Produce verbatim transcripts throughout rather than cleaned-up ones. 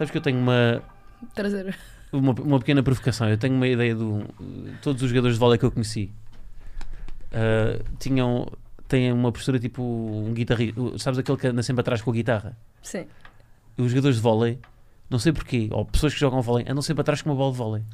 Sabes que eu tenho uma, Trazer. uma, uma pequena provocação. Eu tenho uma ideia de um, todos os jogadores de vôlei que eu conheci uh, tinham, têm uma postura tipo um guitarrista. Sabes aquele que anda sempre atrás com a guitarra? Sim. Os jogadores de vôlei, não sei porquê, ou pessoas que jogam vôlei, andam sempre atrás com uma bola de vôlei.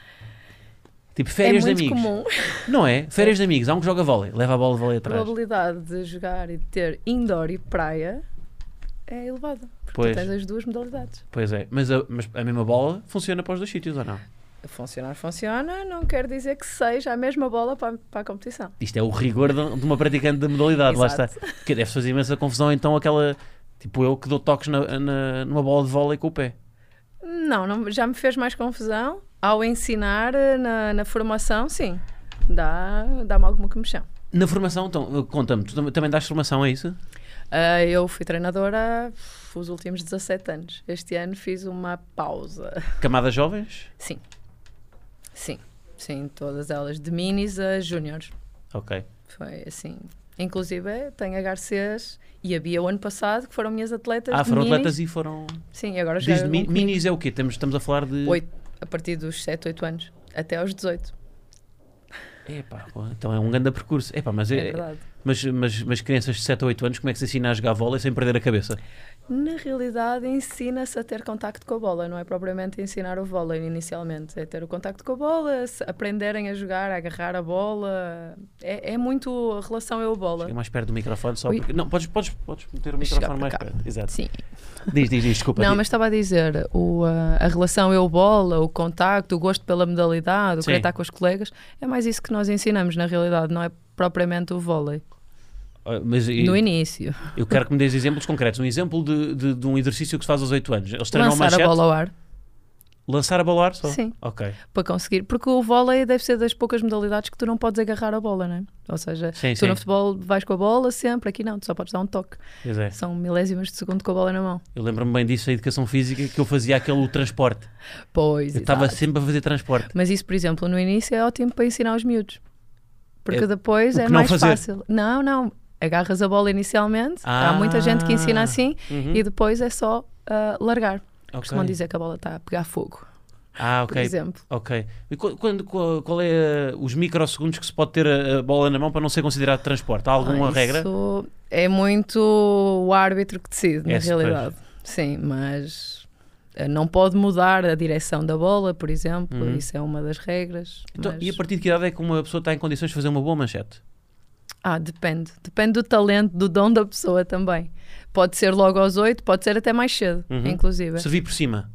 Tipo férias é muito de amigos. comum. Não é? Férias de amigos. Há um que joga vôlei, leva a bola de vôlei A atrás. probabilidade de jogar e de ter indoor e praia é elevada. Porque Pois. tu tens as duas modalidades. Pois é, mas a, mas a mesma bola funciona para os dois sítios, ou não? Funcionar, funciona, não quer dizer que seja a mesma bola para, para a competição. Isto é o rigor de, de uma praticante da modalidade, lá está. Exato. Que deve fazer imensa confusão então aquela, tipo eu que dou toques na, na, numa bola de vôlei com o pé. Não, não, já me fez mais confusão. Ao ensinar na, na formação, sim, dá, dá-me alguma comissão. Na formação, então, conta-me, tu também dás formação, é isso? Uh, eu fui treinadora os últimos dezassete anos. Este ano fiz uma pausa. Camadas jovens? Sim, sim, sim, todas elas, de minis a júniores. Ok. Foi assim. Inclusive, tenho H C s e havia o ano passado que foram minhas atletas Ah, de foram minis. atletas e foram... Sim, agora já Desde mi- minis é o quê? Temos, estamos a falar de... oito, a partir dos sete, oito anos, até aos dezoito. Epá, pô, então é um grande percurso. Epá, mas, É é, verdade. mas, mas, mas crianças de sete a oito anos, como é que se ensina a jogar vôlei sem perder a cabeça? Na realidade, ensina-se a ter contacto com a bola, não é propriamente ensinar o vôlei inicialmente, é ter o contacto com a bola, se aprenderem a jogar, a agarrar a bola, é, é muito a relação eu-bola. Chega mais perto do microfone só Ui. porque... Não, podes, podes, podes meter o Vou chegar microfone mais para cá. perto. Exato. Sim. Diz, diz, diz, desculpa. Não, diz. mas estava a dizer, o, a, a relação eu-bola, o contacto, o gosto pela modalidade, o Sim. querer estar com os colegas, é mais isso que nós ensinamos na realidade, não é propriamente o vôlei, Ah, mas e- no início. eu quero que me dês exemplos concretos. Um exemplo de, de, de um exercício que se faz aos oito anos. Eles treinam Lançar manchete, a bola ao ar, lançar a bola ao ar só? sim, Ok. para conseguir, porque o vôlei deve ser das poucas modalidades que tu não podes agarrar a bola, não é? Ou seja, Sim, tu sim. no futebol vais com a bola sempre, aqui não, tu só podes dar um toque. Pois é. São milésimas de segundo com a bola na mão. Eu lembro-me bem disso, a educação física, que eu fazia aquele transporte. Pois, Eu estava exato. sempre a fazer transporte. Mas isso, por exemplo, no início é ótimo para ensinar os miúdos. Porque É, depois o é que não mais fazer. fácil. Não, não. Agarras a bola inicialmente, Ah. há muita gente que ensina assim, Uhum. e depois é só ah, largar. Ok. Costumam dizer que a bola está a pegar fogo, Ah, por ok. exemplo. Ok. E qu- quando, qual, qual é uh, os microsegundos que se pode ter a, a bola na mão para não ser considerado transporte? Há alguma Ah, regra? Isso é muito o árbitro que decide, na É, realidade. Sim, mas ah, não pode mudar a direção da bola, por exemplo. Uhum. Isso é uma das regras. Então, mas- E a partir de que idade é que uma pessoa está em condições de fazer uma boa manchete? Ah, depende. Depende do talento, do dom da pessoa também. Pode ser logo aos oito, pode ser até mais cedo, Uhum. inclusive. Servir por cima.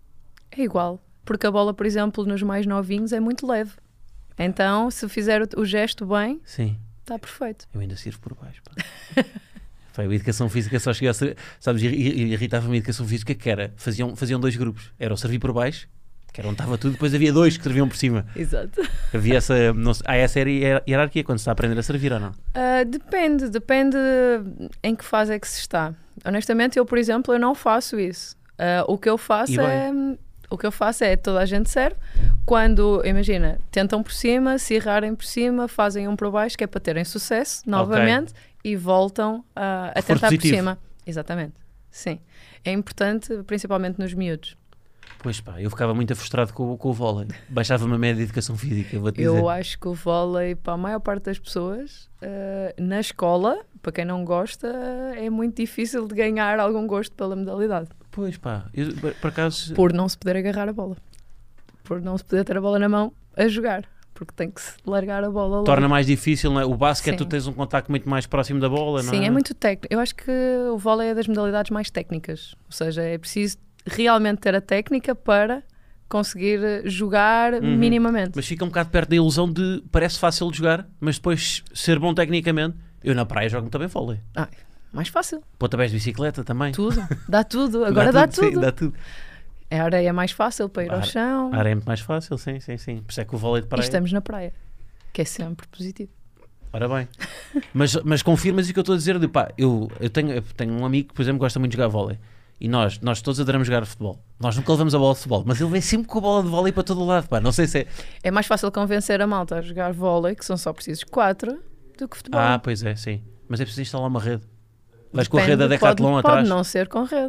É igual. Porque a bola, por exemplo, nos mais novinhos é muito leve. Então, se fizer o, o gesto bem, Sim. está perfeito. Eu ainda sirvo por baixo. Pá. Pá, a educação física só cheguei a ser... Sabes, irri- irri- irritava-me a educação física que era... Faziam, faziam dois grupos. Era o servir por baixo, que era onde estava tudo, depois havia dois que serviam por cima. Exato. Havia essa... Não, sei- há essa hier- hierarquia quando se está a aprender a servir ou não? Ah, depende. Depende em que fase é que se está. Honestamente, eu, por exemplo, eu não faço isso. Ah, o que eu faço E bem. é... O que eu faço é, toda a gente serve. Quando, imagina, tentam por cima, se errarem por cima, fazem um por baixo, que é para terem sucesso, novamente, e voltam a, a Reforço tentar por positivo. cima. Exatamente. Sim. É importante, principalmente nos miúdos. Pois pá, eu ficava muito frustrado com, com o vôlei. Baixava-me a média de educação física, vou-te dizer. Eu acho que o vôlei, para a maior parte das pessoas, eh, na escola, para quem não gosta, é muito difícil de ganhar algum gosto pela modalidade. Pois pá, eu, por- por acaso... Por não se poder agarrar a bola. Por não se poder ter a bola na mão a jogar. Porque tem que se largar a bola logo. Torna mais difícil, não é? O basquete Sim. tu tens um contacto muito mais próximo da bola, não Sim, é? é muito técnico. Eu acho que o vôlei é das modalidades mais técnicas. Ou seja, é preciso realmente ter a técnica para conseguir jogar Uhum. minimamente. Mas fica um bocado perto da ilusão de parece fácil de jogar, mas depois ser bom tecnicamente. Eu na praia jogo também vôlei. Ah, mais fácil. Pontapés de bicicleta também. Tudo. Dá tudo. Agora dá, tudo. Sim, dá tudo. A areia é mais fácil para ir ao A- chão. A área é muito mais fácil, sim, sim, sim. Por isso é que o vôlei de E praia... estamos na praia. Que é sempre positivo. Ora bem. Mas, mas confirmas o que eu estou a dizer? De, pá, eu, eu, tenho, eu tenho um amigo que, por exemplo, gosta muito de jogar vôlei. E nós, nós todos adoramos jogar futebol. Nós nunca levamos a bola de futebol, mas ele vem sempre com a bola de vôlei para todo o lado. Pá. Não sei se é... É mais fácil convencer a malta a jogar vôlei, que são só precisos quatro, do que futebol. Ah, pois é, sim. Mas é preciso instalar uma rede. Vais com a Depende, rede da pode- Decathlon pode atrás. não ser com rede.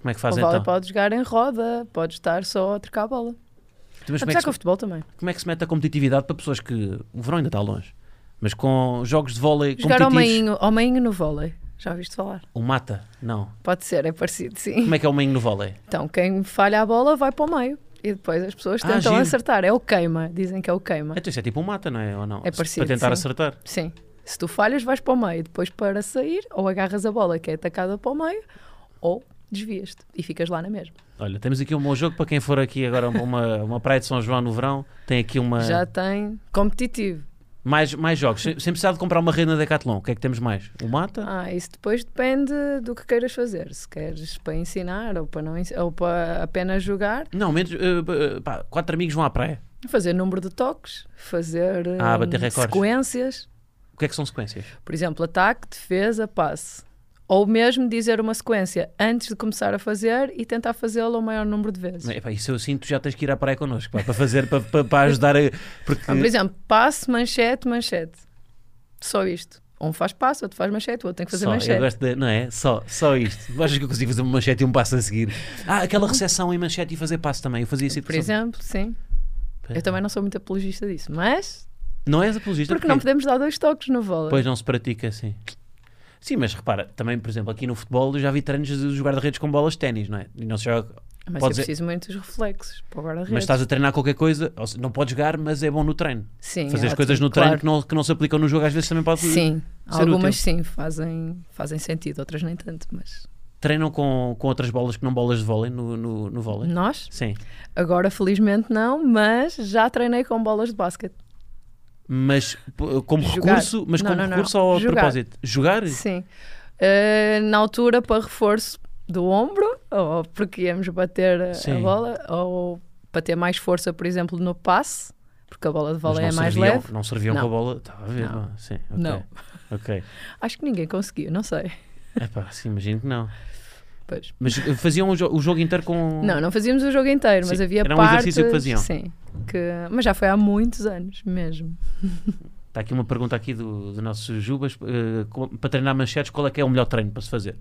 Como é que O fazem vôlei então? pode jogar em roda, pode estar só a trocar a bola. Mas como é, Apesar que que o se, futebol também. como é que se mete a competitividade para pessoas que... O verão ainda está longe. Mas com jogos de vôlei Jogar ao competitivos... meinho, ao meinho no vôlei. Já ouviste falar? O mata? Não. Pode ser, é parecido, sim. Como é que é o meinho no vôlei? Então, quem falha a bola vai para o meio. E depois as pessoas Ah, tentam giro. acertar. É o queima. Dizem que é o queima. Então isso é tipo um mata, não é? Ou não? É parecido, Para tentar sim. acertar. Sim. Se tu falhas, vais para o meio. Depois, para sair, ou agarras a bola que é atacada para o meio, ou desvias-te e ficas lá na mesma. Olha, temos aqui um bom jogo para quem for aqui agora a uma, uma praia de São João no verão. Tem aqui uma... Já tem competitivo. Mais, mais jogos. Sem sem precisar de comprar uma rede na Decathlon. O que é que temos mais? O mata? Ah, isso depois depende do que queiras fazer. Se queres para ensinar ou para, não, ens- ou para apenas jogar, Não, menos... eh, eh, pá, quatro amigos vão à praia. fazer número de toques, fazer Ah, hum, bater recordes. sequências. O que é que são sequências? Por exemplo, ataque, defesa, passe. Ou mesmo dizer uma sequência antes de começar a fazer e tentar fazê-la o maior número de vezes. Epá, isso eu sinto, já tens que ir à praia connosco, pá, para fazer, para, para, para ajudar a... Porque... Ah, por exemplo, passe, manchete, manchete. Só isto. Um faz passe, outro faz manchete, o outro tem que fazer Só, eu manchete. gosto de, não é? Só, só isto. Achas que eu consigo fazer uma manchete e um passo a seguir? Ah, aquela recepção em manchete e fazer passo também. Eu fazia isso. Por exemplo, sim. Eu também não sou muito apologista disso, mas Não és apologista? porque não podemos dar dois toques no vôlei. Pois não se pratica assim. Sim, mas repara, também, por exemplo, aqui no futebol eu já vi treinos dos guarda-redes com bolas de ténis, não é? E não se joga, Mas podes- eu preciso muito dos reflexos para o guarda-redes. mas estás a treinar qualquer coisa, ou seja, não podes jogar, mas é bom no treino. Sim, Fazer as ótimo, coisas no claro. treino que não, que não se aplicam no jogo às vezes também pode Sim, ser algumas útil. sim fazem, fazem sentido, outras nem tanto. Mas Treinam com, com outras bolas que não bolas de vôlei no, no, no vôlei? nós, Sim. agora felizmente não, mas já treinei com bolas de basquete. Mas p- como Jogar. recurso, mas Não, como não, não. recurso ou a Jogar. propósito? Jogar? Sim. Eh, na altura, para reforço do ombro, ou porque íamos bater a, a Sim. bola, ou para ter mais força, por exemplo, no passe, porque a bola de Mas vôlei não é mais serviam, leve. Não serviam Não. com a bola. Estava a ver, Não. não. Sim, ok. Não. Ok. Acho que ninguém conseguiu, não sei. Epá, sim, imagino que não. Pois. Mas eh, faziam o, jo- o jogo inteiro com. Não, não fazíamos o jogo inteiro, mas Sim, havia era um partes... exercício que faziam. Sim, que... mas já foi há muitos anos mesmo. Está aqui uma pergunta aqui do, do nosso Jubas. eh, com- para treinar manchetes, qual é que é o melhor treino para se fazer?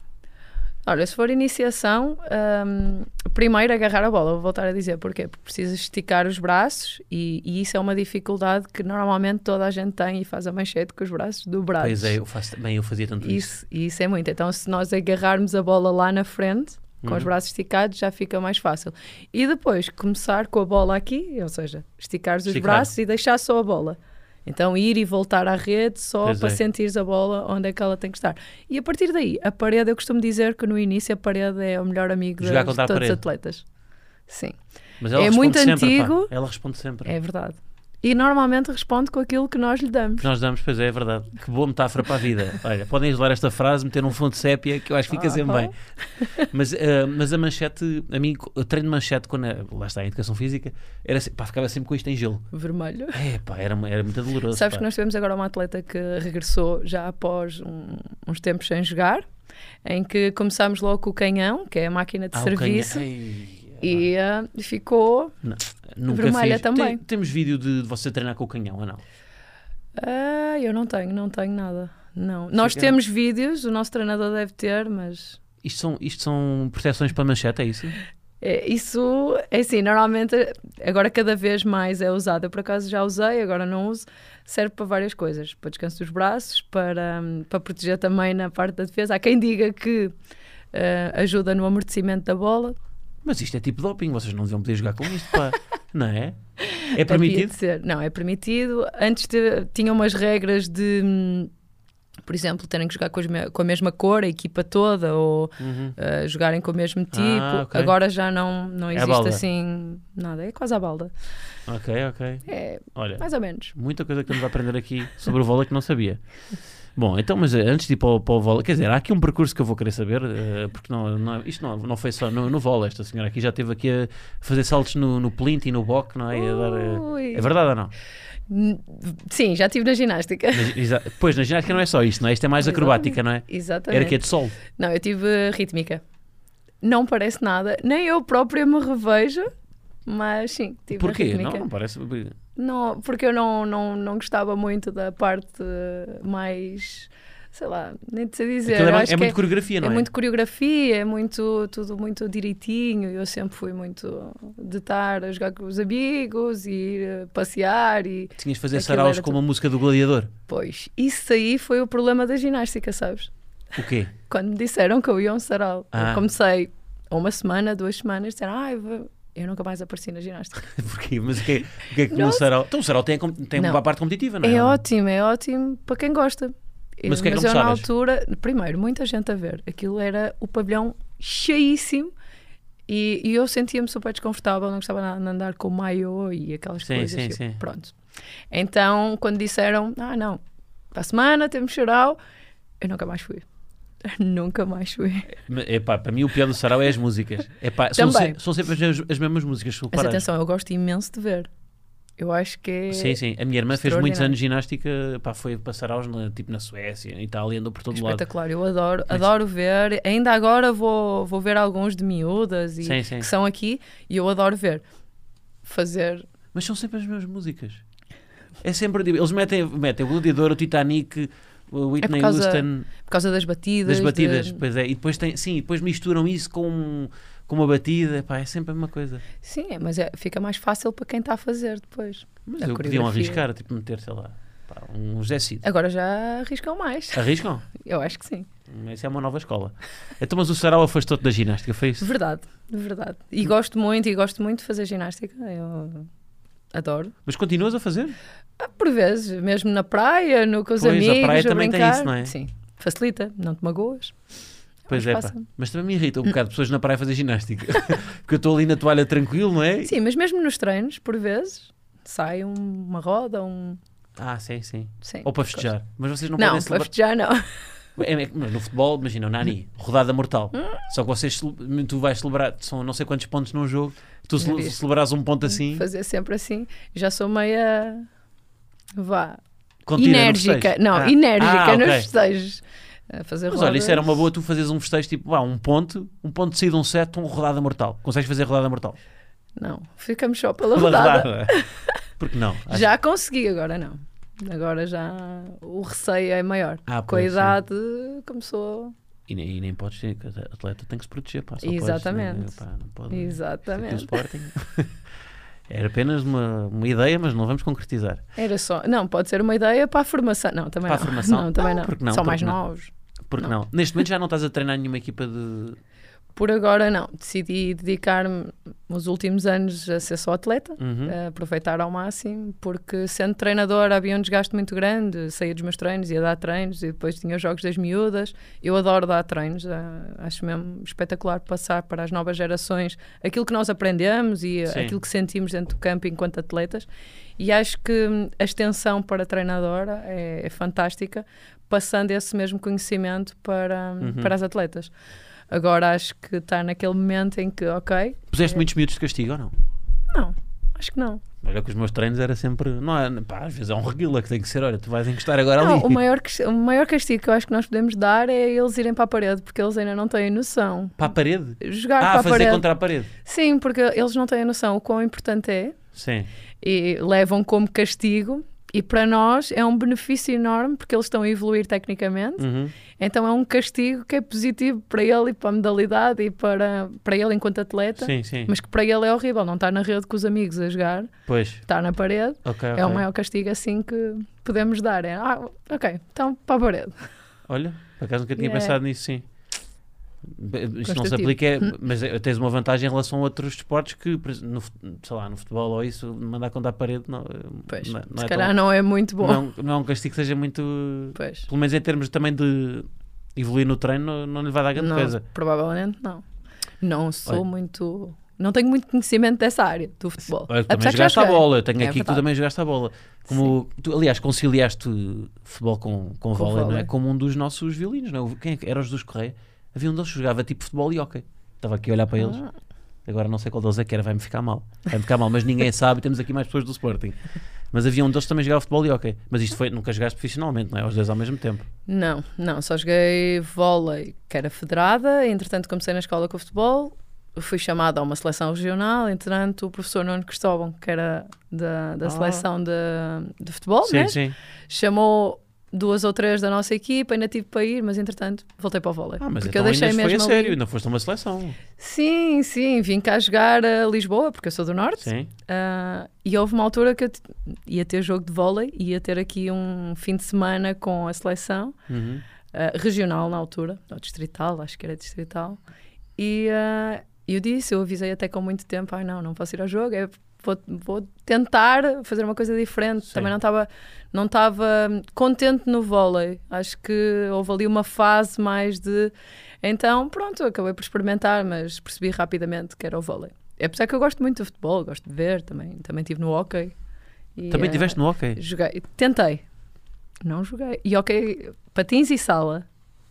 Olha, se for iniciação, hum, primeiro agarrar a bola, vou voltar a dizer porquê, porque precisas esticar os braços e, e isso é uma dificuldade que normalmente toda a gente tem e faz a manchete com os braços dobrados. Pois é, eu faço também, eu fazia tanto isso. Isso, e isso é muito. Então, se nós agarrarmos a bola lá na frente, com os Uhum. braços esticados, já fica mais fácil. E depois começar com a bola aqui, ou seja, esticares os Esticar. braços e deixar só a bola. Então, ir e voltar à rede só Pois para é. sentires a bola onde é que ela tem que estar. E a partir daí, a parede, eu costumo dizer que no início a parede é o melhor amigo Jogar das- contra a de todos os parede. atletas. Sim, Mas ela É responde muito sempre, pá. antigo. Ela responde sempre. é verdade. E normalmente responde com aquilo que nós lhe damos. Que nós damos, pois é, é verdade. Que boa metáfora para a vida. Olha, podem isolar esta frase, meter num fundo de sépia, que eu acho que fica sempre Ah, bem. Mas, eh, mas a manchete, a mim, eu treino de manchete quando, era- lá está, em educação física, era, se- pá, ficava sempre com isto em gelo. Vermelho. É, pá, era, era muito doloroso. Sabes pá. que nós tivemos agora uma atleta que regressou já após um- uns tempos sem jogar, em que começámos logo com o canhão, que é a máquina de Ah, o serviço, canha- Ei, e ah, ficou. nunca vermelha fiz. também. Tem- temos vídeo de, de você treinar com o canhão ou não? Ah, eu não tenho, não tenho nada. Não. Nós Fica- temos vídeos, o nosso treinador deve ter, mas Isto são, isto são proteções para manchete, é isso? é, isso é assim, normalmente agora cada vez mais é usado. Eu por acaso já usei, agora não uso. Serve para várias coisas, para descanso dos braços, para, hum, para proteger também na parte da defesa. Há quem diga que ah, ajuda no amortecimento da bola. Mas isto é tipo doping, vocês não deviam poder jogar com isto, pá. Não é? É Havia permitido? de ser. Não, é permitido. Antes de, tinha umas regras de, hum, por exemplo, terem que jogar com, as me- com a mesma cor, a equipa toda, ou Uhum. uh, jogarem com o mesmo tipo. Ah, ok. Agora já não, não É a existe balda. assim nada. É quase a balda. Ok, ok. É Olha, mais ou menos. muita coisa que estamos a aprender aqui sobre o vôlei que não sabia. Bom, então, mas eh, antes de ir para o, para o vôlei, quer dizer, há aqui um percurso que eu vou querer saber, eh, porque não, não, isto não, não foi só no, no vôlei. Esta senhora aqui já esteve aqui a fazer saltos no, no plint e no boque, não é? E a dar, eh, Ui. é verdade ou não? N- Sim, já estive na ginástica. Na gi- exa- Pois, na ginástica não é só isto, não é? Isto é mais acrobática, não é? Exatamente. Era que é de solo. Não, eu tive rítmica. Não parece nada. Nem eu própria me revejo, mas sim, tive Porquê? rítmica. Não, não parece. Não, porque eu não, não, não gostava muito da parte mais sei lá, nem te sei dizer. Aquilo é, Eu é acho que muito coreografia, não é é? muito coreografia, é muito, tudo muito direitinho. Eu sempre fui muito de estar a jogar com os amigos e ir eh, passear. E Tinhas de fazer aquilo saraus era como tudo. a música do Gladiador. Pois, isso aí foi o problema da ginástica, sabes? O quê? Quando me disseram que eu ia a um sarau, Ah. eu comecei uma semana, duas semanas, disseram, ah, eu, vou... eu nunca mais apareci na ginástica. Porquê? Mas o que, o que é que no Nossa. sarau... Então o sarau tem, a com- tem Não. uma parte competitiva, não é? É Ou não? ótimo, é ótimo para quem gosta. Mas o que é que eu na começavas? altura, primeiro, muita gente a ver. Aquilo era o pavilhão cheíssimo e, e eu sentia-me super desconfortável, não gostava nada de andar com o maiô e aquelas Sim, coisas. sim, Eu, sim. Pronto. Então, quando disseram, ah, não, para a semana temos sarau, eu nunca mais fui. Nunca mais fui. Mas, epá, para mim o pior do sarau é as músicas. Epá, são, Também. se- são sempre as, as mesmas músicas. se Mas reparares. atenção, eu gosto imenso de ver. Eu acho que é... Sim, sim. A minha irmã fez muitos extraordinário. anos de ginástica, pá, foi para saraus na, tipo na Suécia, em Itália, andou por todo lado. espetacular, eu adoro, Mas- adoro ver. Ainda agora vou, vou ver alguns de miúdas e, Sim, sim. que são aqui e eu adoro ver. Fazer. Mas são sempre as mesmas músicas. É sempre. tipo, Eles metem, metem o Gladiador, o Titanic, o Whitney por causa Houston, Por causa das batidas. das batidas. de- Pois é. E depois tem, sim, e depois misturam isso com, com uma batida. Pá, é sempre a mesma coisa. Sim, é, mas é, fica mais fácil para quem está a fazer depois. Mas A eu podiam coreografia. arriscar, tipo, meter, sei lá, pá, um José Cid. Agora já arriscam mais. Arriscam? Eu acho que sim. Isso é uma nova escola. Então, mas o sarau afastou-te da ginástica, foi isso? Verdade, verdade. E gosto muito, e gosto muito de fazer ginástica. Eu adoro. Mas continuas a fazer? Ah, por vezes, mesmo na praia, no, com os Pois, a amigos, praia a também tem brincar. isso, não é? Sim, facilita, não te magoas. Pois mais é, pá. fácil. Mas também me irrita um bocado pessoas na praia a fazer ginástica. Porque eu estou ali na toalha tranquilo, não é? Sim, mas mesmo nos treinos, por vezes, sai um- uma roda, um... Ah, sim, sim. Sim, Ou para festejar. Mas vocês não, Não, podem para celebrar. festejar não. É, é, mas no futebol, imagina, o Nani, rodada mortal. Hum. Só que vocês, cele- tu vais celebrar, são não sei quantos pontos num jogo, tu cele- Devia. celebras um ponto assim, Fazer sempre assim. Já sou meia... Vá. contida no Enérgica. festejo. Não, Ah. enérgica Ah, nos ok. festejos. A fazer Mas olha, isso era uma rodas. boa tu fazes um festejo tipo, vá, um ponto, um ponto de saída, um set, um rodada mortal. Consegues fazer rodada mortal? Não, ficamos só pela Pela rodada. rodada. Porque não? Acho- Já consegui, agora não. Agora já o receio é maior. Ah, Com a pois, sim. idade começou. E nem, e nem podes ter, que a atleta tem que se proteger, pá. Só podes, Exatamente. né, pá, não pode, Exatamente. Aqui o Sporting. Era apenas uma, uma ideia, mas não vamos concretizar. Era só. Não, pode ser uma ideia para a formação. Não, também Para a não. formação? Não, também Não, não. porque não, São porque mais não. novos. Porque Não. não. Neste momento já não estás a treinar nenhuma equipa de. Por agora não. Decidi dedicar-me os últimos anos a ser só atleta. Uhum. a aproveitar ao máximo, porque sendo treinador havia um desgaste muito grande, saía dos meus treinos, ia dar treinos e depois tinha os jogos das miúdas. Eu adoro dar treinos, ah, acho mesmo espetacular passar para as novas gerações aquilo que nós aprendemos e Sim. aquilo que sentimos dentro do campo enquanto atletas, e acho que hum, a extensão para treinadora é, é fantástica, passando esse mesmo conhecimento para, hum, Uhum. para as atletas. Agora acho que está naquele momento em que, ok, Puseste É. muitos miúdos de castigo ou não? não, acho que não. Olha que os meus treinos era sempre. Não é, pá, às vezes é um reguila que tem que ser. Olha, tu vais encostar agora Não, ali. o maior, cas- o maior castigo que eu acho que nós podemos dar é eles irem para a parede, porque eles ainda não têm noção. Para a parede? Jogar Ah, para a fazer parede. contra a parede. Sim, porque eles não têm noção o quão importante é Sim. e levam como castigo. E para nós é um benefício enorme porque eles estão a evoluir tecnicamente. Uhum. Então é um castigo que é positivo para ele e para a modalidade e para, para ele enquanto atleta. Sim, sim. Mas que para ele é horrível não estar na rede com os amigos a jogar, Pois. estar na parede. Ok, É o ok. maior castigo assim que podemos dar. É, ah, ok, então para a parede. Olha, por acaso nunca tinha É. pensado nisso, sim. Be- Isto não se Construtivo. aplica, é- mas é- tens uma vantagem em relação a outros desportos que, por exemplo, no, fut- sei lá, no futebol ou isso, mandar contra a parede não, Pois, não, não se é calhar tão, não é muito bom. não, é um- não é um castigo que seja muito, Pois. pelo menos em termos também de evoluir no treino, não, não lhe vai dar grande Não, coisa. provavelmente não. Não sou Olha. muito. Não tenho muito conhecimento dessa área do futebol. Olha, tu também Apesar que já jogaste a joguei. bola, eu tenho É aqui que tu verdade. também jogaste a bola. Como, tu, aliás, conciliaste futebol com, com, vôlei, não é? vôlei. Como um dos nossos violinos, não é? Quem é que era os dos Correia? Havia um deles que jogava tipo futebol e hóquei. Estava aqui a olhar para eles. Ah, Agora não sei qual deles é que era, vai-me ficar mal. Vai-me ficar mal, mas ninguém sabe, temos aqui mais pessoas do Sporting. Mas havia um deles que também jogava futebol e hóquei. Mas isto foi, nunca jogaste profissionalmente, não é? Os dois ao mesmo tempo. não, não, só joguei vôlei, que era federada. Entretanto, comecei na escola com o futebol. Fui chamada a uma seleção regional. Entretanto, o professor Nuno Cristóvão, que era da, da Ah. seleção de, de futebol, Sim, né? sim. chamou duas ou três da nossa equipa, ainda tive para ir, mas entretanto voltei para o vôlei. Ah, mas porque então eu deixei ainda foi mesmo a ali. sério, ainda foste a uma seleção. Sim, sim, vim cá jogar a Lisboa, porque eu sou do Norte. Sim. Uh, e houve uma altura que eu t- ia ter jogo de vôlei, ia ter aqui um fim de semana com a seleção, Uhum. uh, regional na altura, ou distrital, acho que era distrital. E uh, eu disse, eu avisei até com muito tempo, ai não, não posso ir ao jogo, é, vou, vou tentar fazer uma coisa diferente. Sim. Também não estava não estava contente no vôlei, acho que houve ali uma fase mais de... Então, pronto, acabei por experimentar, mas percebi rapidamente que era o vôlei. Apesar que eu gosto muito de futebol, gosto de ver, também, também estive no hóquei. E, Também uh, estiveste no hóquei? Joguei, tentei, não joguei. E hóquei, patins e sala,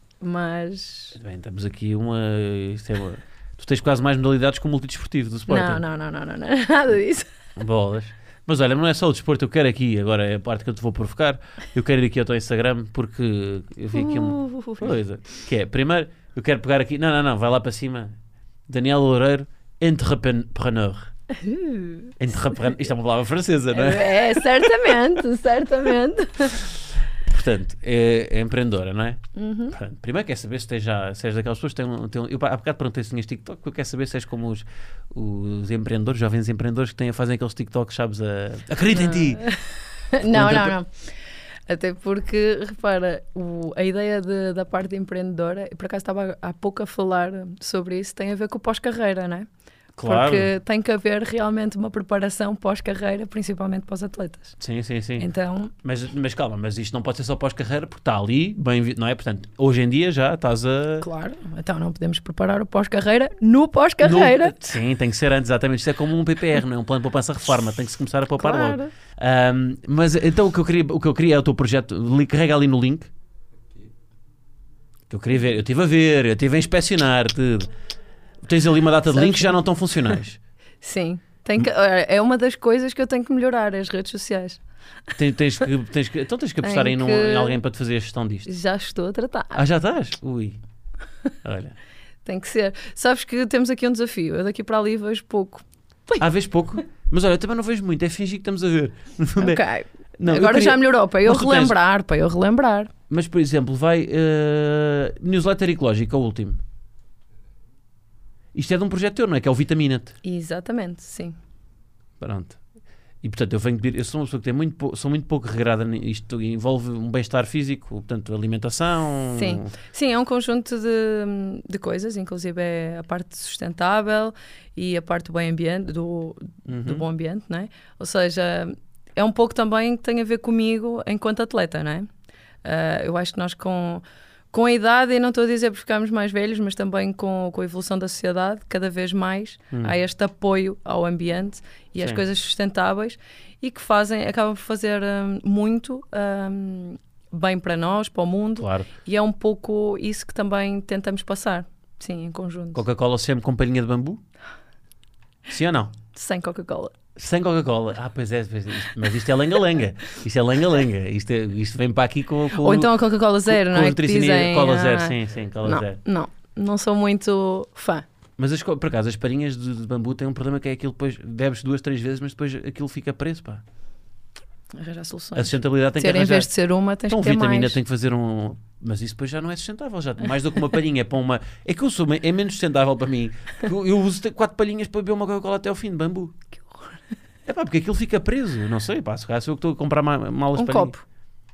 mas... Bem, estamos aqui uma... Isto é uma... Tu tens quase mais modalidades que o multidesportivo do Sporting. Não, não, não, não, não, não, nada disso. Bolas. Mas olha, não é só o desporto, eu quero aqui, agora é a parte que eu te vou provocar, eu quero ir aqui ao teu Instagram porque eu vi aqui uma coisa, que é, primeiro, eu quero pegar aqui, não, não, não, vai lá para cima, Daniel Loureiro, entrepreneur. Entrepreneur. Isto é uma palavra francesa, não é? É, certamente, certamente. Portanto, é, é empreendedora, não é? Uhum. Pronto, primeiro quer saber se, tens já, se és daquelas pessoas que têm um, têm um, eu há bocado perguntei se tinhas TikTok, porque eu quero saber se és como os, os empreendedores, jovens empreendedores que têm, fazem aqueles TikToks, sabes, a acredita em ti. Não, não, não. Até porque, repara, o, a ideia de, da parte empreendedora, por acaso estava há pouco a falar sobre isso, tem a ver com o pós-carreira, não é? Claro. Porque tem que haver realmente uma preparação pós-carreira, principalmente para os atletas. Sim, sim, sim. Então, Mas, mas calma, mas isto não pode ser só pós-carreira porque está ali, bem, vi- não é? Portanto, hoje em dia já estás a... claro, então não podemos preparar o pós-carreira no pós-carreira. No- Sim, tem que ser antes, exatamente. Isto é como um P P R, não é? Um plano de poupança-reforma, tem que se começar a poupar logo. Claro. Ahm, mas então o que, eu queria, o que eu queria é o teu projeto, li- carrega ali no link. Que eu queria ver, eu estive a ver, eu estive a inspecionar tudo. Tens ali uma data de Sabes- links que já não estão funcionais. Sim, tem que, é uma das coisas que eu tenho que melhorar, as redes sociais. Tens, tens que, tens que, então tens que apostar Tem em, num- que- em alguém para te fazer a gestão disto. Já estou a tratar. Ah, já estás? Ui. Olha. Tem que ser. Sabes que temos aqui um desafio. Eu daqui para ali vejo pouco. Ah, vês pouco? Mas olha, eu também não vejo muito, é fingir que estamos a ver. No fundo é- Ok. Não, eu Agora queria- já melhorou, para eu Mas tu tens- relembrar, para eu relembrar. Mas, por exemplo, vai eh, newsletter ecológica, o último. Isto é de um projeto teu, não é? Que é o Vitamina-te. Exatamente, sim. Pronto. E, portanto, eu venho pedir... Eu sou uma pessoa que tem muito, pou- sou muito pouco regrada nisto. Envolve um bem-estar físico, portanto, alimentação... Sim. Sim, é um conjunto de, de coisas, inclusive é a parte sustentável e a parte do bem ambiente, do, Uhum. do bom ambiente, não é? Ou seja, é um pouco também que tem a ver comigo enquanto atleta, não é? Ah, eu acho que nós com, com a idade, e não estou a dizer por ficarmos mais velhos, mas também com, com a evolução da sociedade, cada vez mais Hum. há este apoio ao ambiente e às Sim. coisas sustentáveis e que fazem, acabam por fazer hum, muito hum, bem para nós, para o mundo, Claro. e é um pouco isso que também tentamos passar, sim, em conjunto. Coca-Cola sempre com palhinha de bambu? Sim ou não? Sem Coca-Cola. Sem Coca-Cola. Ah, pois é, pois é. Isto- mas isto é lenga-lenga. Isto é lenga-lenga. Isto, é- isto vem para aqui com, com Ou então a Coca-Cola Zero, com, não com é? a Que nutricionista- dizem, Cola ah, Zero, sim, sim, Cola não, Zero. não, não sou muito fã. Mas as co- por acaso, as palhinhas de, de bambu têm um problema que é aquilo depois bebes duas, três vezes, mas depois aquilo fica preso, pá. Arranjar A soluções. sustentabilidade tem Ser, que em arranjar. vez de ser uma, tens Então que ter vitamina mais. tem que fazer um... Mas isso depois já não é sustentável, já mais do que uma palhinha para uma... É que eu sou... É menos sustentável para mim. Porque Eu, eu uso quatro palhinhas para beber uma Coca-Cola até ao fim de bambu. Que horror. É pá, porque aquilo fica preso. Não sei, pá, se calhar sou eu que estou a comprar ma- mal as Um palhinhas. copo.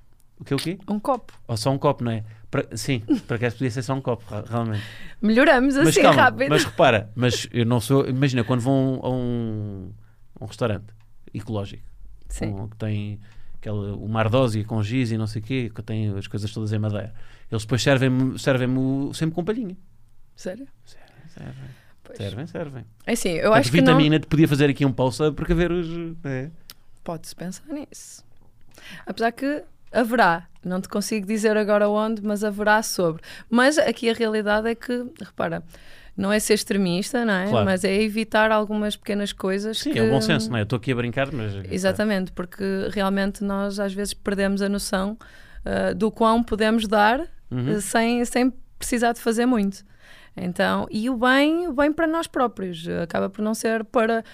O quê, o quê? Um copo. Ou só um copo, não é? Para- sim, para acaso podia ser só um copo, ra- realmente. Melhoramos Mas assim calma, rápido. mas repara, mas eu não sou... Imagina, quando vão a um, a um restaurante ecológico, Sim. com- que tem aquela, o Mardósia com giz e não sei o quê, que tem as coisas todas em madeira, eles depois servem-me servem sempre com palhinha. Sério? Servem, servem, Pois. servem, servem. É assim, eu Portanto, acho que não... vitamina te podia fazer aqui um post para precaver os... É. Pode-se pensar nisso. Apesar que haverá, não te consigo dizer agora onde, mas haverá sobre. Mas aqui a realidade é que, repara, não é ser extremista, não é? Claro. Mas é evitar algumas pequenas coisas Sim, que... é o bom senso, não é? Eu estou aqui a brincar, mas... Exatamente, porque realmente nós às vezes perdemos a noção uh, do quão podemos dar Uhum. uh, sem, sem precisar de fazer muito. Então, e o bem, o bem para nós próprios, uh, acaba por não ser para...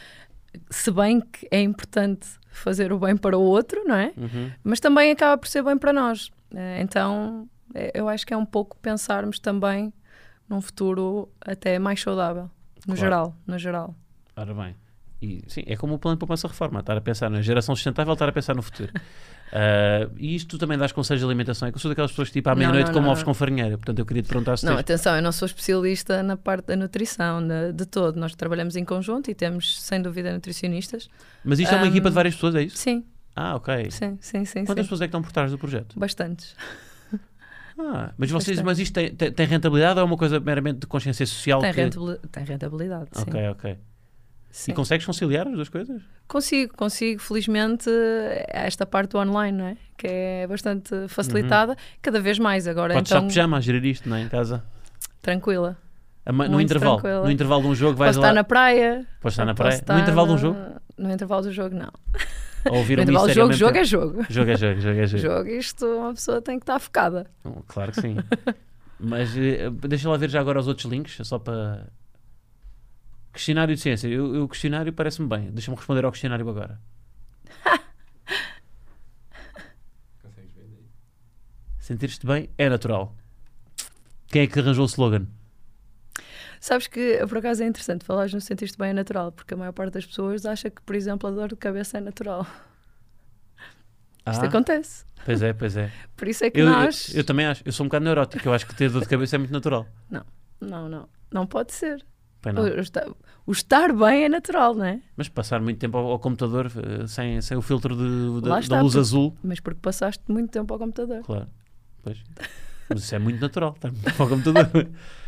Se bem que é importante fazer o bem para o outro, não é? Uhum. Mas também acaba por ser bem para nós. Uh, então, é, eu acho que é um pouco pensarmos também num futuro até mais saudável, no Claro. geral, no geral. Ora bem. E, sim, é como o plano de poupança reforma, estar a pensar na geração sustentável, estar a pensar no futuro. Uh, e isto tu também dás conselhos de alimentação, é que eu sou daquelas pessoas que tipo à Não, meia-noite não, como não, ovos não. com farinheira, portanto eu queria te perguntar se Não, tens... atenção, eu não sou especialista na parte da nutrição, de, de todo. Nós trabalhamos em conjunto e temos, sem dúvida, nutricionistas. Mas isto é uma Um, equipa de várias pessoas, é isso? Sim, Ah, ok. sim, sim, sim. Quantas sim. pessoas é que estão por trás do projeto? Bastantes. Ah, mas vocês, Bastante. mas isto tem, tem, tem rentabilidade ou é uma coisa meramente de consciência social? Tem, que... rentabili- tem rentabilidade, sim. Ok, ok. Sim. E consegues conciliar as duas coisas? Consigo, consigo. Felizmente, esta parte do online, não é? Que é bastante facilitada, cada vez mais agora. Podes então, estar de pijama a gerir isto, não é? Em casa. tranquila. A ma- no Muito intervalo. tranquila. No intervalo de um jogo vais Posso lá. estar na praia. Podes estar na posso praia. estar No intervalo de um na- jogo? No intervalo do jogo, não. Ou ouvir No um intervalo do mistério ao jogo, mesmo jogo tempo? é jogo. Jogo é jogo, jogo é jogo. Jogo, isto, uma pessoa tem que estar focada. Oh, claro que sim. Mas eh, deixa lá ver já agora os outros links, só para. Questionário de ciência. Eu, eu- o questionário parece-me bem. Deixa-me responder ao questionário agora. Consegues ver daí? Sentir-te bem é natural. Quem é que arranjou o slogan? Sabes que, por acaso, é interessante falares no sentir-te bem é natural, porque a maior parte das pessoas acha que, por exemplo, a dor de cabeça é natural. Isto Ah, acontece. pois é, pois é. Por isso é que Eu, eu, nós... eu também acho. Eu sou um bocado neurótico. Eu acho que ter dor de cabeça é muito natural. Não, não. Não pode ser. Bem, não. O, estar, o estar bem é natural, não é? Mas passar muito tempo ao, ao computador eh, sem, sem o filtro de, de- Lá da está, luz porque- azul. Mas porque passaste muito tempo ao computador. Claro. Pois. Mas isso é muito natural. Estar muito tempo ao computador.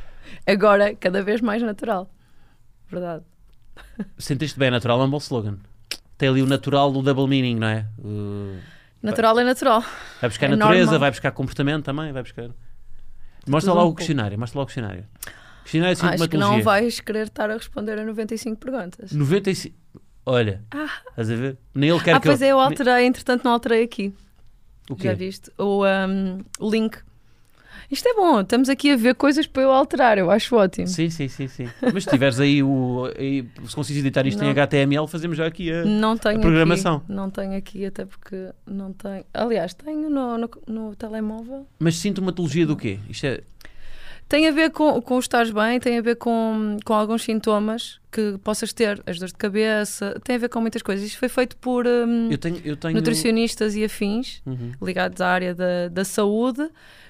Agora, cada vez mais natural. Verdade. Sentiste bem, é natural é um bom slogan. Tem ali o natural do double meaning, não é? Uh, Natural é natural. vai buscar É natureza, normal. vai buscar comportamento também, vai buscar. Mostra Tudo lá um o pouco. questionário, mostra lá o questionário. Questionário de Acho que sintomatologia. não vais querer estar a responder a noventa e cinco perguntas. noventa e cinco. Olha, Ah, estás a ver? Nem ele quer ah que pois eu. é, eu alterei, entretanto não alterei aqui. O quê? Já viste? O, um, o link. Isto é bom, estamos aqui a ver coisas para eu alterar, eu acho ótimo. Sim, sim, sim, sim. Mas se tiveres aí o. Aí, se conseguires editar isto em Não. H T M L, fazemos já aqui a. Não tenho A programação. aqui. Não tenho aqui, até porque não tenho. Aliás, tenho no, no, no telemóvel. Mas sintomatologia do quê? Isto é. Tem a ver com, com o estares bem, tem a ver com, com alguns sintomas que possas ter, as dores de cabeça, tem a ver com muitas coisas. Isto foi feito por hum, Eu tenho. Eu tenho... nutricionistas e afins, Uhum. ligados à área da, da saúde,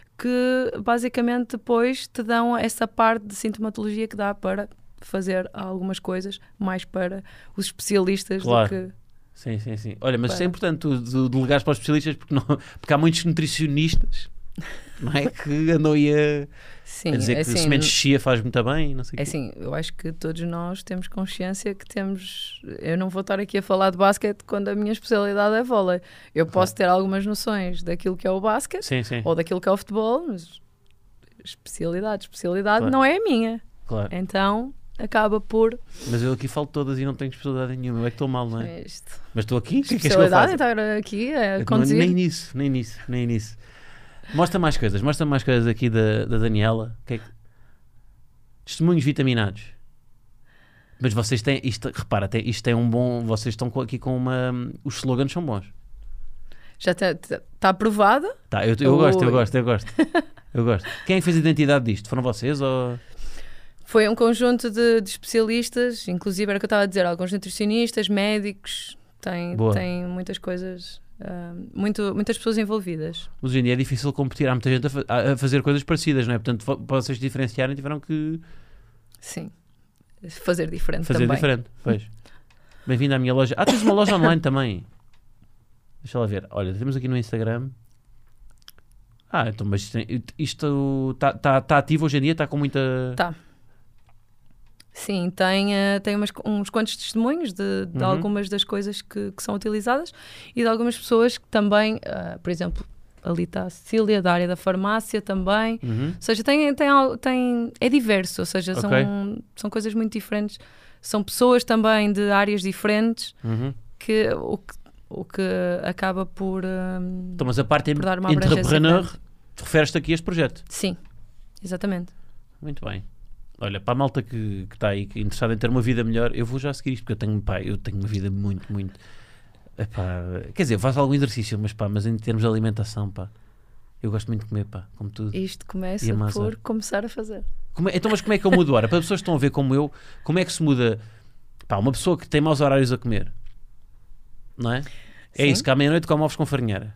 que basicamente depois te dão essa parte de sintomatologia que dá para fazer algumas coisas mais para os especialistas Claro. do que... Sim, sim, sim. Olha, mas isso Para. é importante tu, tu delegares para os especialistas porque, não, porque há muitos nutricionistas, não é? Que andam aí a, Sim, a dizer é que assim, sementes de chia faz muito bem, não sei o é quê. assim, eu acho que todos nós temos consciência que temos... Eu não vou estar aqui a falar de basquete quando a minha especialidade é vôlei. Eu posso ter algumas noções daquilo que é o basquete Sim, sim, ou daquilo que é o futebol, mas especialidade, especialidade Claro. não é a minha. claro. Então acaba por... Mas eu aqui falo todas e não tenho especialidade nenhuma. Eu é que estou mal, não é? Isto. Mas estou aqui, o que é que és que eu Especialidade faço? estar aqui a Não, conduzir. nem nisso, nem nisso, nem nisso. Mostra mais coisas, mostra mais coisas aqui da, da Daniela. Que é que... Testemunhos vitaminados. Mas vocês têm, isto, repara, tem, isto tem um bom. Vocês estão com- aqui com uma. Os slogans são bons. Já está aprovada? Tá, eu, eu Ui. gosto, eu gosto, eu gosto. Eu gosto. Quem é que fez a identidade disto? Foram vocês ou. Foi um conjunto de, de especialistas, inclusive era o que eu estava a dizer, alguns nutricionistas, médicos, tem, Boa. tem muitas coisas, ah, muito, muitas pessoas envolvidas. Mas hoje em dia é difícil competir. Há muita gente a, fa- a- a fazer coisas parecidas, não é? Portanto, vo- para vocês diferenciarem, tiveram que Sim, fazer diferente fazer também. diferente. Pois. Bem-vindo à minha loja. Ah, tens uma loja online também. Deixa lá ver. Olha, temos aqui no Instagram. Ah, então, mas isto- isto está tá, tá ativo hoje em dia? Está com muita. Tá. Sim, tem, eh, tem umas- uns quantos testemunhos de, de Uhum. algumas das coisas que, que são utilizadas e de algumas pessoas que também, ah, por exemplo, ali está a Cecília, da área da farmácia também. Uhum. Ou seja, tem, tem, al- tem, é diverso, ou seja, Ok. são, são coisas muito diferentes. São pessoas também de áreas diferentes Uhum. que o que, o que acaba por... hum, Então, mas a parte Por dar uma abrangência entrepreneur, grande. refere-te aqui a este projeto. Sim, exatamente. Muito bem. Olha, para a malta que que está aí que é interessada em ter uma vida melhor, eu vou já seguir isto, porque eu tenho, pá, eu tenho uma vida muito, muito. Epá, quer dizer, eu faço algum exercício, mas pá, mas em termos de alimentação, pá, Eu gosto muito de comer, pá, como tudo. Isto E começa amassar. por começar a fazer. Como é- então, mas como é que eu mudo agora? Para as pessoas que estão a ver como eu, como é que se muda? Pá, uma pessoa que tem maus horários a comer, não é? É Sim. isso, que à meia-noite come ovos com farinheira.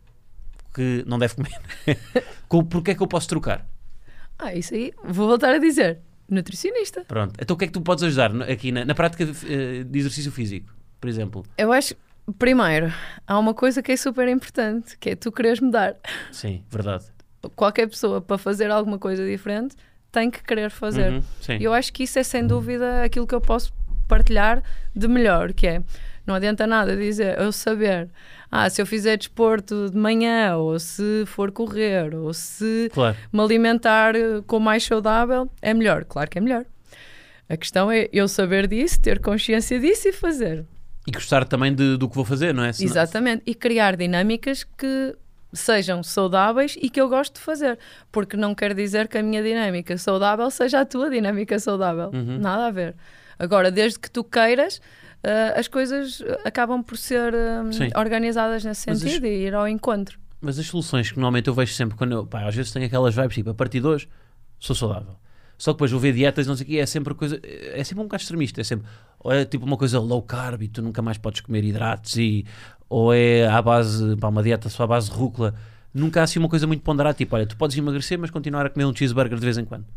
Que não deve comer. Com- Porque é que eu posso trocar? Ah, isso aí, vou voltar a dizer. Nutricionista. Pronto. Então o que é que tu podes ajudar no- aqui na, na prática de, eh, de exercício físico, por exemplo? Eu acho, primeiro, há uma coisa que é super importante, que é tu quereres mudar. Sim, verdade. Qualquer pessoa, para fazer alguma coisa diferente, tem que querer fazer. Uhum, sim. E eu acho que isso é sem dúvida aquilo que eu posso partilhar de melhor, que é, não adianta nada dizer, eu saber, ah, se eu fizer desporto de manhã, ou se for correr, ou se Claro. me alimentar com mais saudável, é melhor. Claro que é melhor. A questão é eu saber disso, ter consciência disso e fazer. E gostar também de- do que vou fazer, não é? Senão- Exatamente. E criar dinâmicas que sejam saudáveis e que eu gosto de fazer. Porque não quer dizer que a minha dinâmica saudável seja a tua dinâmica saudável. Uhum. Nada a ver. Agora, desde que tu queiras, ah, as coisas acabam por ser ah, Sim. organizadas nesse Mas sentido e ir ao encontro. Mas as soluções que normalmente eu vejo sempre quando eu, pá, às vezes tenho aquelas vibes tipo, a partir de hoje sou saudável. Só que depois vou ver dietas, não sei o quê, é sempre coisa, é sempre um bocado extremista, é sempre, ou é tipo uma coisa low carb e tu nunca mais podes comer hidratos, e, ou é à base, pá, uma dieta só à base de rúcula. Nunca há assim uma coisa muito ponderada, tipo, olha, tu podes emagrecer, mas continuar a comer um cheeseburger de vez em quando.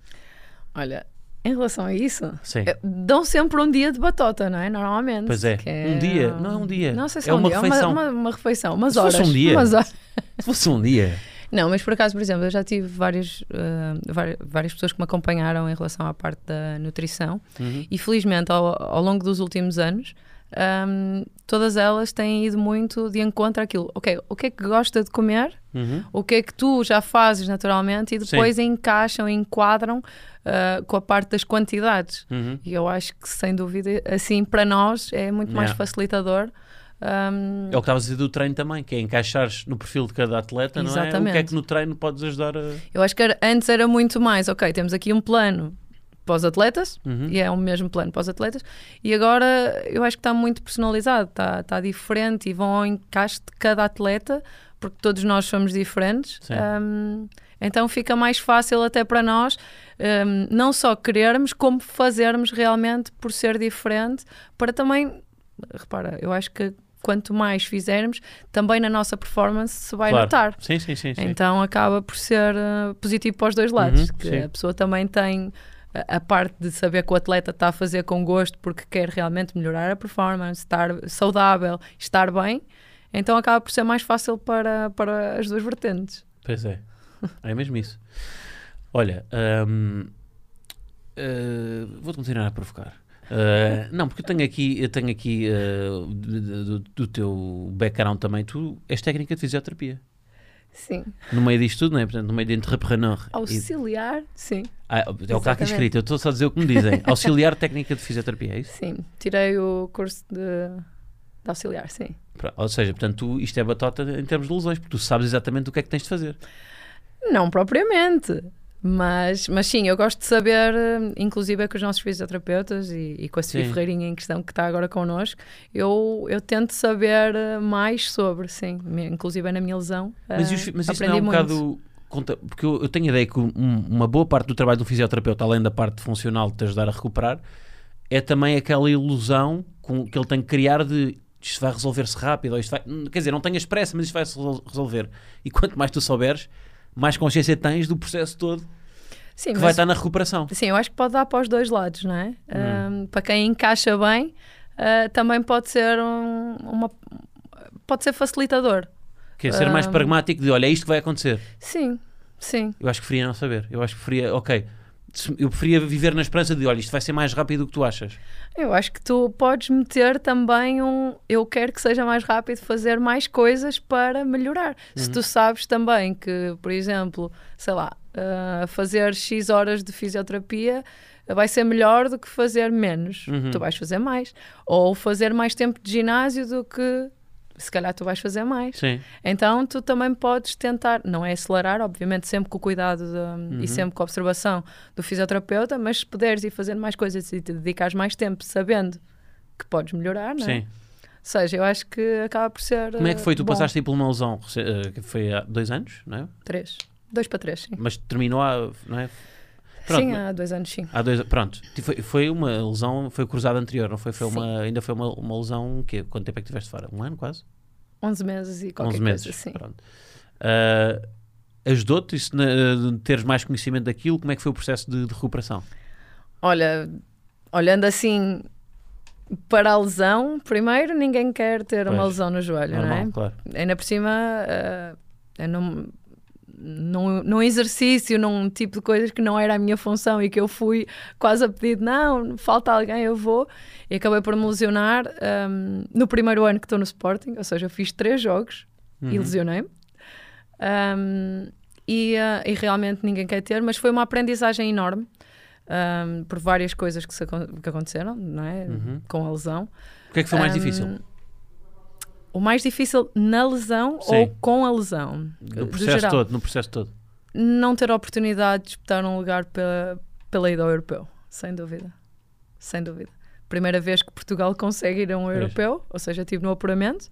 Olha, em relação a isso, Sim. eh, dão sempre um dia de batota, não é? Normalmente. Pois é. Que Um dia? Não é um dia. Não sei se É é, um uma dia, refeição. Uma, uma, uma refeição, umas Se horas. fosse um dia. Umas horas. Se fosse um dia. Não, mas por acaso, por exemplo, eu já tive vários, uh, vari- várias pessoas que me acompanharam em relação à parte da nutrição Uhum. e felizmente ao, ao longo dos últimos anos um, todas elas têm ido muito de encontro àquilo. Ok, o que é que gosta de comer? Uhum. O que é que tu já fazes naturalmente e depois encaixam, enquadram uh, com a parte das quantidades. Uhum. E eu acho que sem dúvida, assim, para nós é muito mais Yeah. facilitador. Um, É o que estavas a dizer do treino também, que é encaixares no perfil de cada atleta, não é? O que é Exatamente. que no treino podes ajudar a... Eu acho que era- antes era muito mais, ok, temos aqui um plano para os atletas, Uhum. e é o mesmo plano para os atletas, e agora eu acho que está muito personalizado, está, está diferente e vão ao encaixe de cada atleta, porque todos nós somos diferentes. Sim. Um, então fica mais fácil até para nós um, não só querermos, como fazermos realmente por ser diferente, para também, repara, eu acho que quanto mais fizermos, também na nossa performance se vai Claro. notar. Sim, sim, sim. sim. Então acaba por ser uh, positivo para os dois lados, Uhum, que sim. a pessoa também tem a, a parte de saber que o atleta está a fazer com gosto porque quer realmente melhorar a performance, estar saudável, estar bem, então acaba por ser mais fácil para, para as duas vertentes. Pois é. É mesmo isso. Olha, hum, eh, vou-te continuar a provocar. Eh, não, porque eu tenho aqui, eu tenho aqui eh, do, do- do teu background também, tu és técnica de fisioterapia. Sim. No meio disto tudo, não é? Portanto, no meio de entrepreneur. E- Auxiliar, sim. Ah, é o que está aqui Exatamente. escrito, eu estou só a dizer o que me dizem. Auxiliar técnica de fisioterapia, é isso? Sim, tirei o curso de, de auxiliar, sim. Pro- Ou seja, portanto, tu, isto é batota em termos de lesões, porque tu sabes exatamente o que é que tens de fazer. Não propriamente, mas, mas sim, eu gosto de saber, eh, inclusive é com os nossos fisioterapeutas e, e com a Sofia Sim. Ferreirinha em questão que está agora connosco, eu, eu tento saber eh, mais sobre, sim, me- inclusive é na minha lesão. Mas, eh, e os fi- mas isso aprendi não é um muito. bocado... conta- Porque eu, eu tenho a ideia que um- uma boa parte do trabalho do fisioterapeuta, além da parte funcional de te ajudar a recuperar, é também aquela ilusão com, que ele tem que criar de isto vai resolver-se rápido, ou isto vai... Quer dizer, não tenhas pressa, mas isto vai se resol- resolver. E quanto mais tu souberes, mais consciência tens do processo todo Sim, que mas, vai estar na recuperação. sim, eu acho que pode dar para os dois lados, não é? Hum. Um, para quem encaixa bem, uh, também pode ser um, uma, pode ser facilitador. Quer ser mais Hum. pragmático de, olha, é isto que vai acontecer. Sim, sim. Eu acho que preferia não saber. Eu acho que preferia, ok, se- eu preferia viver na esperança de, olha, isto vai ser mais rápido do que tu achas. Eu acho que tu podes meter também um eu quero que seja mais rápido, fazer mais coisas para melhorar. Se Uhum. tu sabes também que, por exemplo, sei lá, uh, fazer X horas de fisioterapia vai ser melhor do que fazer menos, Uhum. tu vais fazer mais. Ou fazer mais tempo de ginásio do que se calhar tu vais fazer mais. Sim. Então tu também podes tentar, não é acelerar, obviamente sempre com o cuidado de- Uhum. e sempre com a observação do fisioterapeuta, mas se puderes ir fazendo mais coisas e te dedicares mais tempo sabendo que podes melhorar, não é? Sim. seja, eu acho que acaba por ser. Como é que foi? Tu bom. passaste aí por uma lesão uh, que foi há dois anos, não é? Três. Dois para três, sim. Mas terminou há, não é? Pronto, sim, há dois anos, sim. Há dois, pronto. Foi, foi uma lesão, foi cruzada anterior, não foi? Foi Sim. uma, ainda foi uma, uma lesão, que quanto tempo é que estiveste fora? Um ano quase? onze meses e qualquer onze meses, coisa, sim. Pronto. Uh, ajudou-te isso na, de teres mais conhecimento daquilo? Como é que foi o processo de, de recuperação? Olha, olhando assim para a lesão, primeiro ninguém quer ter Pois, uma lesão no joelho, normal, não é? claro. Ainda por cima, uh, eu não, num, num exercício, num tipo de coisas que não era a minha função e que eu fui quase a pedido, não, falta alguém, eu vou. E acabei por me lesionar um, no primeiro ano que estou no Sporting, ou seja, eu fiz três jogos Uhum. e lesionei-me. Um, e, uh, e realmente ninguém quer ter, mas foi uma aprendizagem enorme. Um, por várias coisas que, se, que aconteceram, não é? Uhum. Com a lesão. O que é que foi mais Um, difícil? O mais difícil na lesão Sim. ou com a lesão? No Do processo geral. todo, no processo todo. Não ter a oportunidade de disputar um lugar pela, pela ida ao europeu, sem dúvida. Sem dúvida. Primeira vez que Portugal consegue ir a um Pois. europeu, ou seja, estive no apuramento,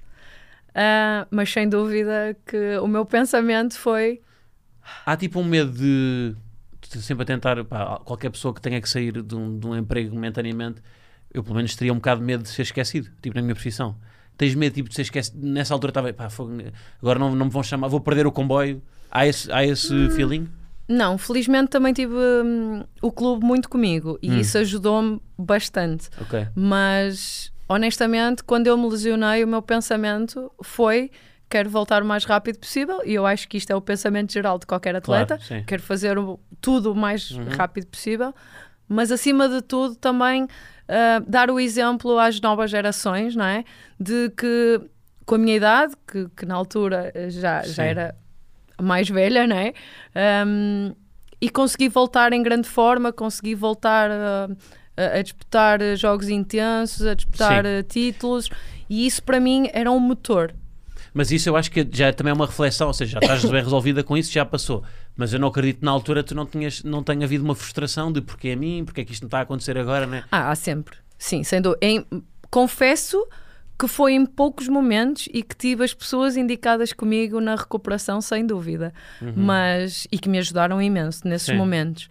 uh, mas sem dúvida que o meu pensamento foi Há tipo um medo de, de sempre a tentar, pá, qualquer pessoa que tenha que sair de um, de um emprego momentaneamente, eu pelo menos teria um bocado de medo de ser esquecido, tipo na minha profissão. Tens medo tipo, de ser esquecido? Nessa altura estava, pá, fogo, agora não, não me vão chamar, vou perder o comboio. Há esse, há esse Hum. feeling? Não, felizmente também tive hum, o clube muito comigo e Hum. isso ajudou-me bastante. Ok. Mas, honestamente, quando eu me lesionei, o meu pensamento foi: quero voltar o mais rápido possível, e eu acho que isto é o pensamento geral de qualquer atleta. Claro, sim. Quero fazer o- tudo o mais Uhum. rápido possível, mas acima de tudo também ah, dar o exemplo às novas gerações, não é? De que, com a minha idade, que, que na altura já, Sim. já era mais velha, não é? Um, e consegui voltar em grande forma, consegui voltar a, a, a disputar jogos intensos, a disputar Sim. eh, títulos, e isso para mim era um motor. Mas isso eu acho que já também é uma reflexão, ou seja, já estás bem resolvida com isso, já passou. Mas eu não acredito que na altura tu não, tinhas, não tenha havido uma frustração de porque a mim, porque é que isto não está a acontecer agora, né? Ah, há sempre. Sim, sem dúvida. Em- confesso que foi em poucos momentos e que tive as pessoas indicadas comigo na recuperação, sem dúvida. Uhum. Mas, e que me ajudaram imenso nesses Sim. momentos.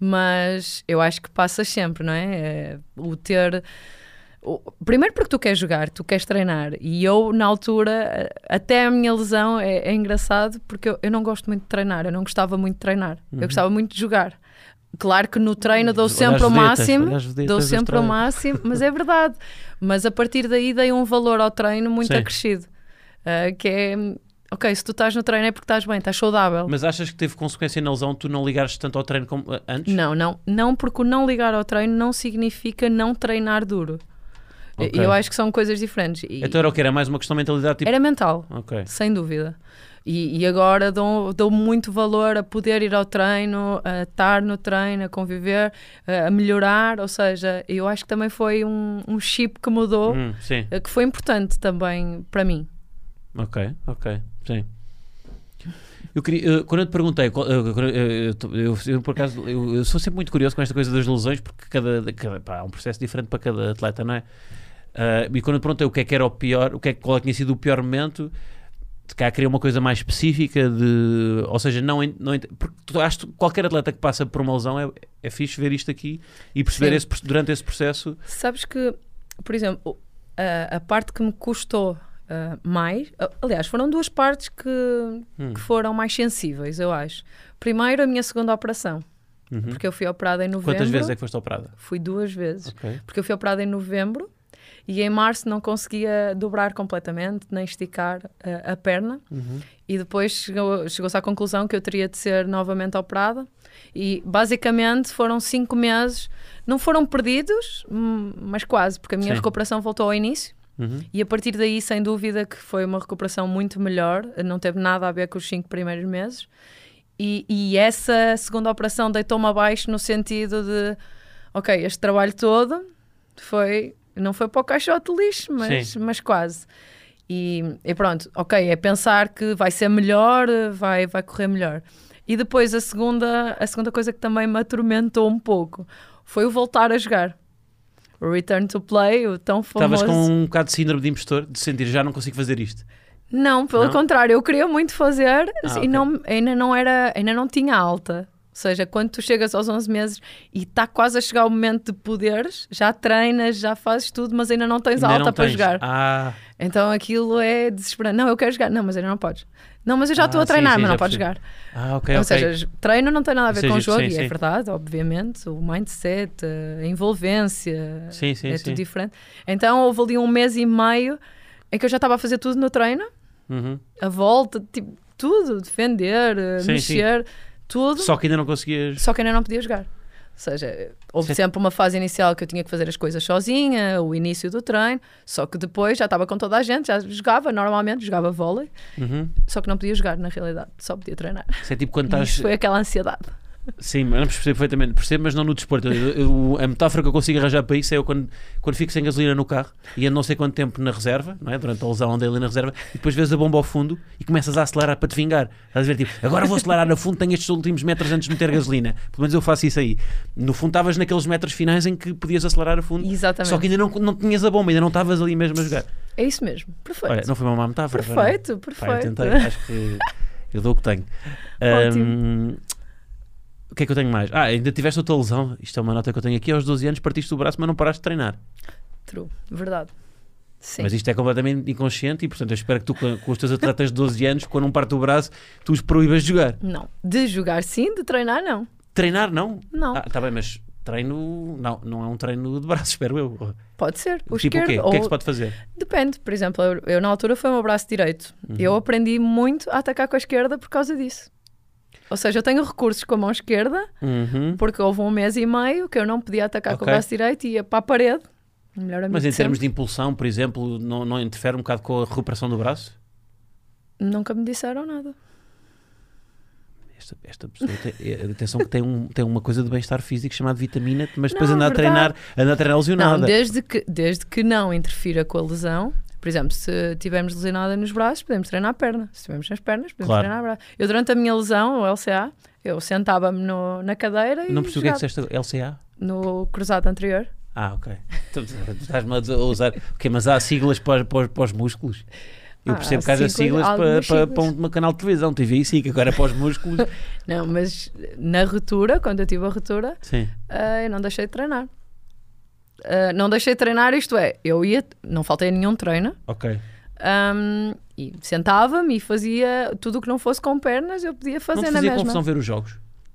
Mas eu acho que passas sempre, não é? É o ter... o- Primeiro porque tu queres jogar, tu queres treinar. E eu, na altura, até a minha lesão, é, é engraçado porque eu, eu não gosto muito de treinar. Eu não gostava muito de treinar. Uhum. Eu gostava muito de jogar. Claro que no treino dou Olha sempre as o vedetas, máximo, olha as vedetas dou dos sempre o treinos. máximo, mas é verdade. Mas a partir daí dei um valor ao treino muito Sim. acrescido. Ah, que é, ok, se tu estás no treino é porque estás bem, estás saudável. Mas achas que teve consequência na lesão tu não ligares tanto ao treino como uh, antes? Não, não, não, porque o não ligar ao treino não significa não treinar duro. Ok. E eu acho que são coisas diferentes. E Então era o que? Era mais uma questão de mentalidade tipo... era mental, Ok. sem dúvida. E, e agora dou, dou muito valor a poder ir ao treino, a estar no treino, a conviver, a, a melhorar. Ou seja, eu acho que também foi um, um chip que mudou, Hum, sim. eh, que foi importante também para mim. Ok, ok, sim. Eu queria, eh, quando eu te perguntei, qual- eh, quando eu, eu, eu- eu, por acaso, eu, eu sou sempre muito curioso com esta coisa das lesões, porque cada, cada pá, há um processo diferente para cada atleta, não é? Ah, e quando eu te perguntei o que é que era o pior, o que é, que- qual é que tinha sido o pior momento, de cá queria uma coisa mais específica, de, ou seja, não, en- não ent- porque tu, acho que qualquer atleta que passa por uma lesão é, é fixe ver isto aqui e perceber Sim. esse, proce- durante esse processo. Sabes que, por exemplo, a, a parte que me custou ah, mais, ah, aliás, foram duas partes que, Hum, que foram mais sensíveis, eu acho. Primeiro, a minha segunda operação, uhum. porque eu fui operada em novembro. Quantas vezes é que foste operada? Fui duas vezes. Ok. Porque eu fui operada em novembro e em março não conseguia dobrar completamente, nem esticar uh, a perna. Uhum. E depois chegou- chegou-se à conclusão que eu teria de ser novamente operada. E basicamente foram cinco meses, não foram perdidos, hum, mas quase, porque a minha Sim. recuperação voltou ao início. Uhum. E a partir daí, sem dúvida, que foi uma recuperação muito melhor, não teve nada a ver com os cinco primeiros meses. E, e essa segunda operação deitou-me abaixo no sentido de, ok, este trabalho todo foi, não foi para o caixote de lixo, mas, Sim. mas quase. E, e pronto, ok, é pensar que vai ser melhor, vai, vai correr melhor. E depois a segunda, a segunda coisa que também me atormentou um pouco foi o voltar a jogar. o Return to Play, o tão famoso. Estavas com um bocado de síndrome de impostor, de sentir, já não consigo fazer isto. Não, pelo Não? contrário, eu queria muito fazer Ah, e ok. não, ainda, não era, ainda não tinha alta. Ou seja, quando tu chegas aos onze meses e está quase a chegar o momento de poderes, já treinas, já fazes tudo, mas ainda não tens Ainda alta não para tens. jogar. Ah, Então aquilo é desesperante. Não, eu quero jogar. Não, mas ainda não podes. Não, mas eu já Ah, estou a sim, treinar, sim, mas já não podes percebi. jogar. ah ok, Ou ok. seja, treino não tem nada a ver Ou com o seja, jogo, sim, e é sim. verdade, obviamente. O mindset, a envolvência, Sim, sim, é sim. tudo diferente. Então houve ali um mês e meio em que eu já estava a fazer tudo no treino, Uhum. a volta, tipo, tudo, defender, Sim, mexer, tudo, Só que ainda não conseguias. só que ainda não podia jogar. Ou seja, houve Sim. sempre uma fase inicial que eu tinha que fazer as coisas sozinha, o início do treino, só que depois já estava com toda a gente, já jogava normalmente, jogava vôlei, Uhum. só que não podia jogar na realidade, só podia treinar. Isso é tipo quando E estás. isso foi aquela ansiedade. Sim, mas não percebo perfeitamente. Percebo, mas não no desporto. Eu- eu- a metáfora que eu consigo arranjar para isso é eu quando, quando fico sem gasolina no carro e ando não sei quanto tempo na reserva, não é? Durante a lesão andei ali na reserva, e depois vês a bomba ao fundo e começas a acelerar para te vingar. Estás a ver, tipo, agora vou acelerar no fundo, tenho estes últimos metros antes de meter gasolina. Pelo menos eu faço isso aí. No fundo estavas naqueles metros finais em que podias acelerar a fundo, Exatamente. só que ainda não, não tinhas a bomba, ainda não estavas ali mesmo a jogar. É isso mesmo. Perfeito. Olha, não foi uma má metáfora. foi, não? perfeito, Pá, eu perfeito. tentei, acho que eu dou o que tenho. Ótimo. Ahm, o que é que eu tenho mais? Ah, ainda tiveste outra lesão. Isto é uma nota que eu tenho aqui. Aos doze anos partiste o braço, mas não paraste de treinar. True. Verdade. Sim. Mas isto é completamente inconsciente e, portanto, eu espero que tu, com, com os teus atletas de doze anos, quando um parte o braço, tu os proíbas de jogar. Não. De jogar sim, de treinar não. Treinar, não? Não. Ah, tá bem, mas treino... Não, não é um treino de braço, espero eu. Pode ser. O tipo o quê? esquerdo. O que é que ou- se pode fazer? Depende. Por exemplo, eu, eu na altura foi o meu braço direito. Uhum. Eu aprendi muito a atacar com a esquerda por causa disso. Ou seja, eu tenho recursos com a mão esquerda, Uhum. porque houve um mês e meio que eu não podia atacar com o Ok. braço direito e ia para a parede. O melhor amigo Mas em de termos sempre. de impulsão, por exemplo, não, não interfere um bocado com a recuperação do braço? Nunca me disseram nada. Esta, esta pessoa tem, eh, atenção que tem, um, tem uma coisa de bem-estar físico chamada vitamina, mas depois Não, anda a verdade. treinar, anda a treinar lesionada. Não, desde que, desde que não interfira com a lesão. Por exemplo, se tivermos lesionada nos braços, podemos treinar a perna. Se tivermos nas pernas, podemos Claro. treinar a braço. Eu, durante a minha lesão, o L C A, eu sentava-me no- na cadeira e Não percebi o que é que jogava disseste, L C A? no cruzado anterior. Ah, ok. Tu, tu estás-me a usar. Ok, mas há siglas para, os- para, os- para os músculos. Eu Ah, percebo que haja siglas, siglas para, algumas para, siglas. para um, um canal de televisão, T V I C, que agora é para os músculos. Não, mas na ruptura, quando eu tive a ruptura, Sim. ah, eu não deixei de treinar. Ah, não deixei de treinar, isto é, eu ia, não faltei a nenhum treino, Ok. ahm, e sentava-me e fazia tudo o que não fosse com pernas, eu podia Não fazer te na fazia mesma. confusão ver os jogos?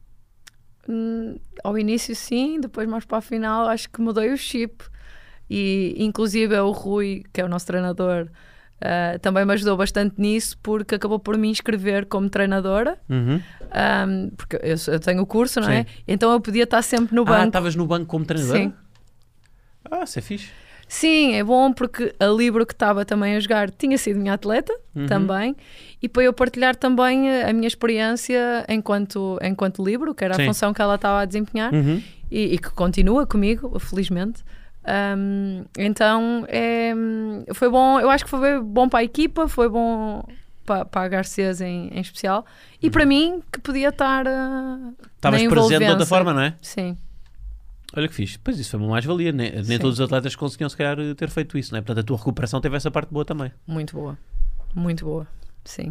Hum, ao início sim, depois mais para o final acho que mudei o chip e inclusive o Rui, que é o nosso treinador, ah, também me ajudou bastante nisso porque acabou por me inscrever como treinadora, Uhum. ahm, porque eu, sou- eu tenho o curso, não é? Sim. Então eu podia estar sempre no Ah, banco. estavas no banco como treinador? Sim. Ah, isso é fixe. Sim, é bom porque a Libro que estava também a jogar tinha sido minha atleta Uhum. também, e para eu partilhar também a a minha experiência enquanto, enquanto Libro, que era a Sim. função que ela estava a desempenhar. Uhum. e, e que continua comigo, felizmente. Um, então é, foi bom, eu acho que foi bom para a equipa, foi bom para, para a Garcês em, em especial e para mim que podia estar uh, Estavas na presente de outra envolvência. forma, não é? Sim, Olha que fixe. Pois isso foi uma mais-valia. Nem, nem Sim. todos os atletas conseguiam, se calhar, ter feito isso, não é? Portanto, a tua recuperação teve essa parte boa também. muito boa, muito boa, sim,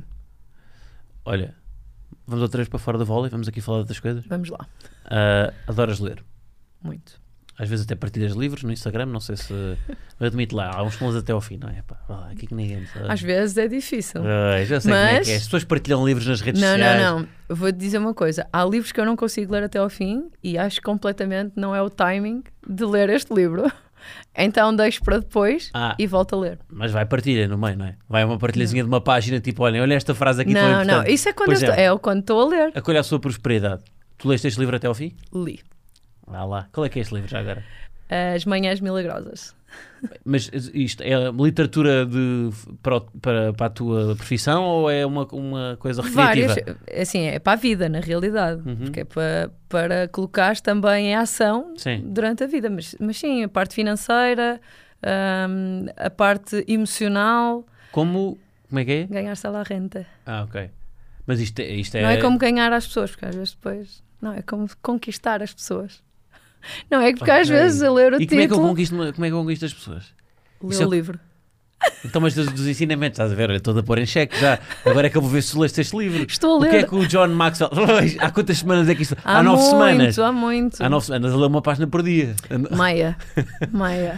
Olha, vamos outra vez para fora do vôlei, vamos aqui falar de outras coisas. vamos lá, Ah, adoras ler. muito. Às vezes até partilhas livros no Instagram, não sei se... Eu admito lá, há uns que até ao fim, não é? Pá, vá lá, aqui que ninguém me sabe. Às vezes é difícil. Ai, já sei como é Mas- que é. As pessoas partilham livros nas redes Não, sociais. não, não. Eu vou-te dizer uma coisa. Há livros que eu não consigo ler até ao fim e acho que completamente não é o timing de ler este livro. Então deixo para depois Ah, e volto a ler. mas vai partilha no meio, não é? Vai uma partilhazinha de uma página, tipo, olhem, olha esta frase aqui tão Não, não. importante. Isso é quando Por eu estou, exemplo, é quando estou a ler. Acolha a sua prosperidade. Tu leste este livro até ao fim? Li. Vá lá. Qual é que é este livro já agora? As Manhãs Milagrosas. Mas isto é literatura de, para, o- para, para a tua profissão ou é uma, uma coisa recreativa? Várias. Assim, é para a vida, na realidade. Uhum. Porque é para, para colocares também em ação Sim. durante a vida. Mas, mas sim, a parte financeira, hum, a parte emocional, Como... Como é que é? ganhar-se à renta. Ah, ok. Mas isto, é- isto é... Não é como ganhar às pessoas, porque às vezes depois... Não, é como conquistar as pessoas. Não, é que porque às Ok. vezes a ler o E como é, que eu título, conquisto, uma- como é que eu conquisto as pessoas? lê Isso é- o livro. Então, mas dos, dos ensinamentos, estás a ver? Olha, estou a pôr em xeque já. Agora é que eu vou ver se tu leste este livro. Estou a O ler. que é que o John Maxwell. Há quantas semanas é que isto. Há, Há nove muito, semanas. há muito. Há nove semanas a ler uma página por dia. Meia. Meia.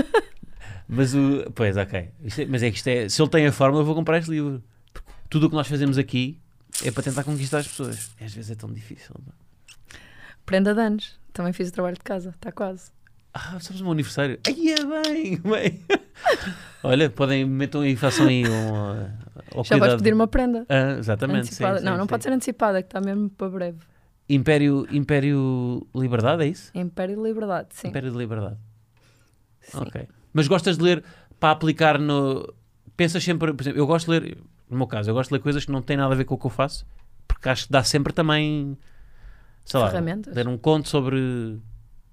Mas o. Pois, ok. Isto é- mas é que isto é. Se ele tem a fórmula, eu vou comprar este livro. Porque tudo o que nós fazemos aqui é para tentar conquistar as pessoas. E às vezes é tão difícil. Não? Prenda de anos. Também fiz o trabalho de casa. Está quase. Ah, somos o meu aniversário. Ai, é bem, bem. Olha, podem, metam aí, façam aí um. uh, ao Já vais cuidado. pedir uma prenda. Ah, exatamente. Sim, Antecipada. sim, não, não sim. pode ser antecipada, que está mesmo para breve. Império, Império Liberdade, é isso? Império de Liberdade, sim. Império de Liberdade. Sim. Ok. Mas gostas de ler para aplicar no. Pensas sempre, por exemplo, eu gosto de ler, no meu caso, eu gosto de ler coisas que não têm nada a ver com o que eu faço, porque acho que dá sempre também, sei lá, Ferramentas. ler um conto sobre.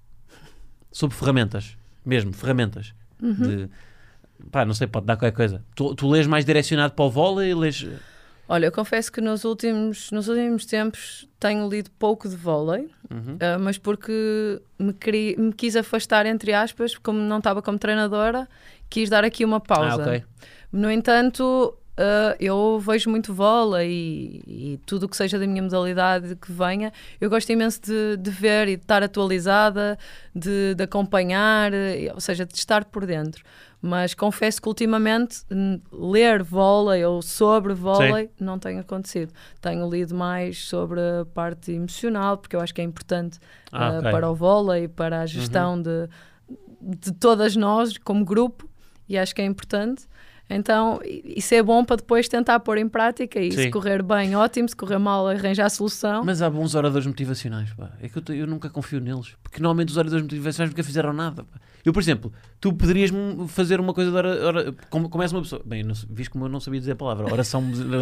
sobre ferramentas. Mesmo, ferramentas. Uhum. De, pá, não sei, pode dar qualquer coisa. Tu, tu lês mais direcionado para o vôlei, lês. Olha, eu confesso que nos últimos, nos últimos tempos tenho lido pouco de vôlei, Uhum. ah, mas porque me, queri, me quis afastar, entre aspas, como não estava como treinadora, quis dar aqui uma pausa. Ah, ok. No entanto, ah, eu vejo muito vôlei e, e tudo o que seja da minha modalidade que venha, eu gosto imenso de, de ver e de estar atualizada, de, de acompanhar, eh, ou seja, de estar por dentro. Mas confesso que ultimamente n- ler vôlei ou sobre vôlei não tem acontecido. Tenho lido mais sobre a parte emocional, porque eu acho que é importante Ah, ah, ok. para o vôlei, para a gestão de, de todas nós como grupo, e acho que é importante. Então, i- isso é bom para depois tentar pôr em prática e Sim. se correr bem, ótimo, se correr mal, arranjar a solução. Mas há bons oradores motivacionais, pá. É que eu, te- eu nunca confio neles. Porque normalmente os oradores motivacionais nunca fizeram nada, pá. Eu, por exemplo, tu poderias-me fazer uma coisa de ora, ora, como, como és uma pessoa. Bem, não, viste como eu não sabia dizer a palavra, oração.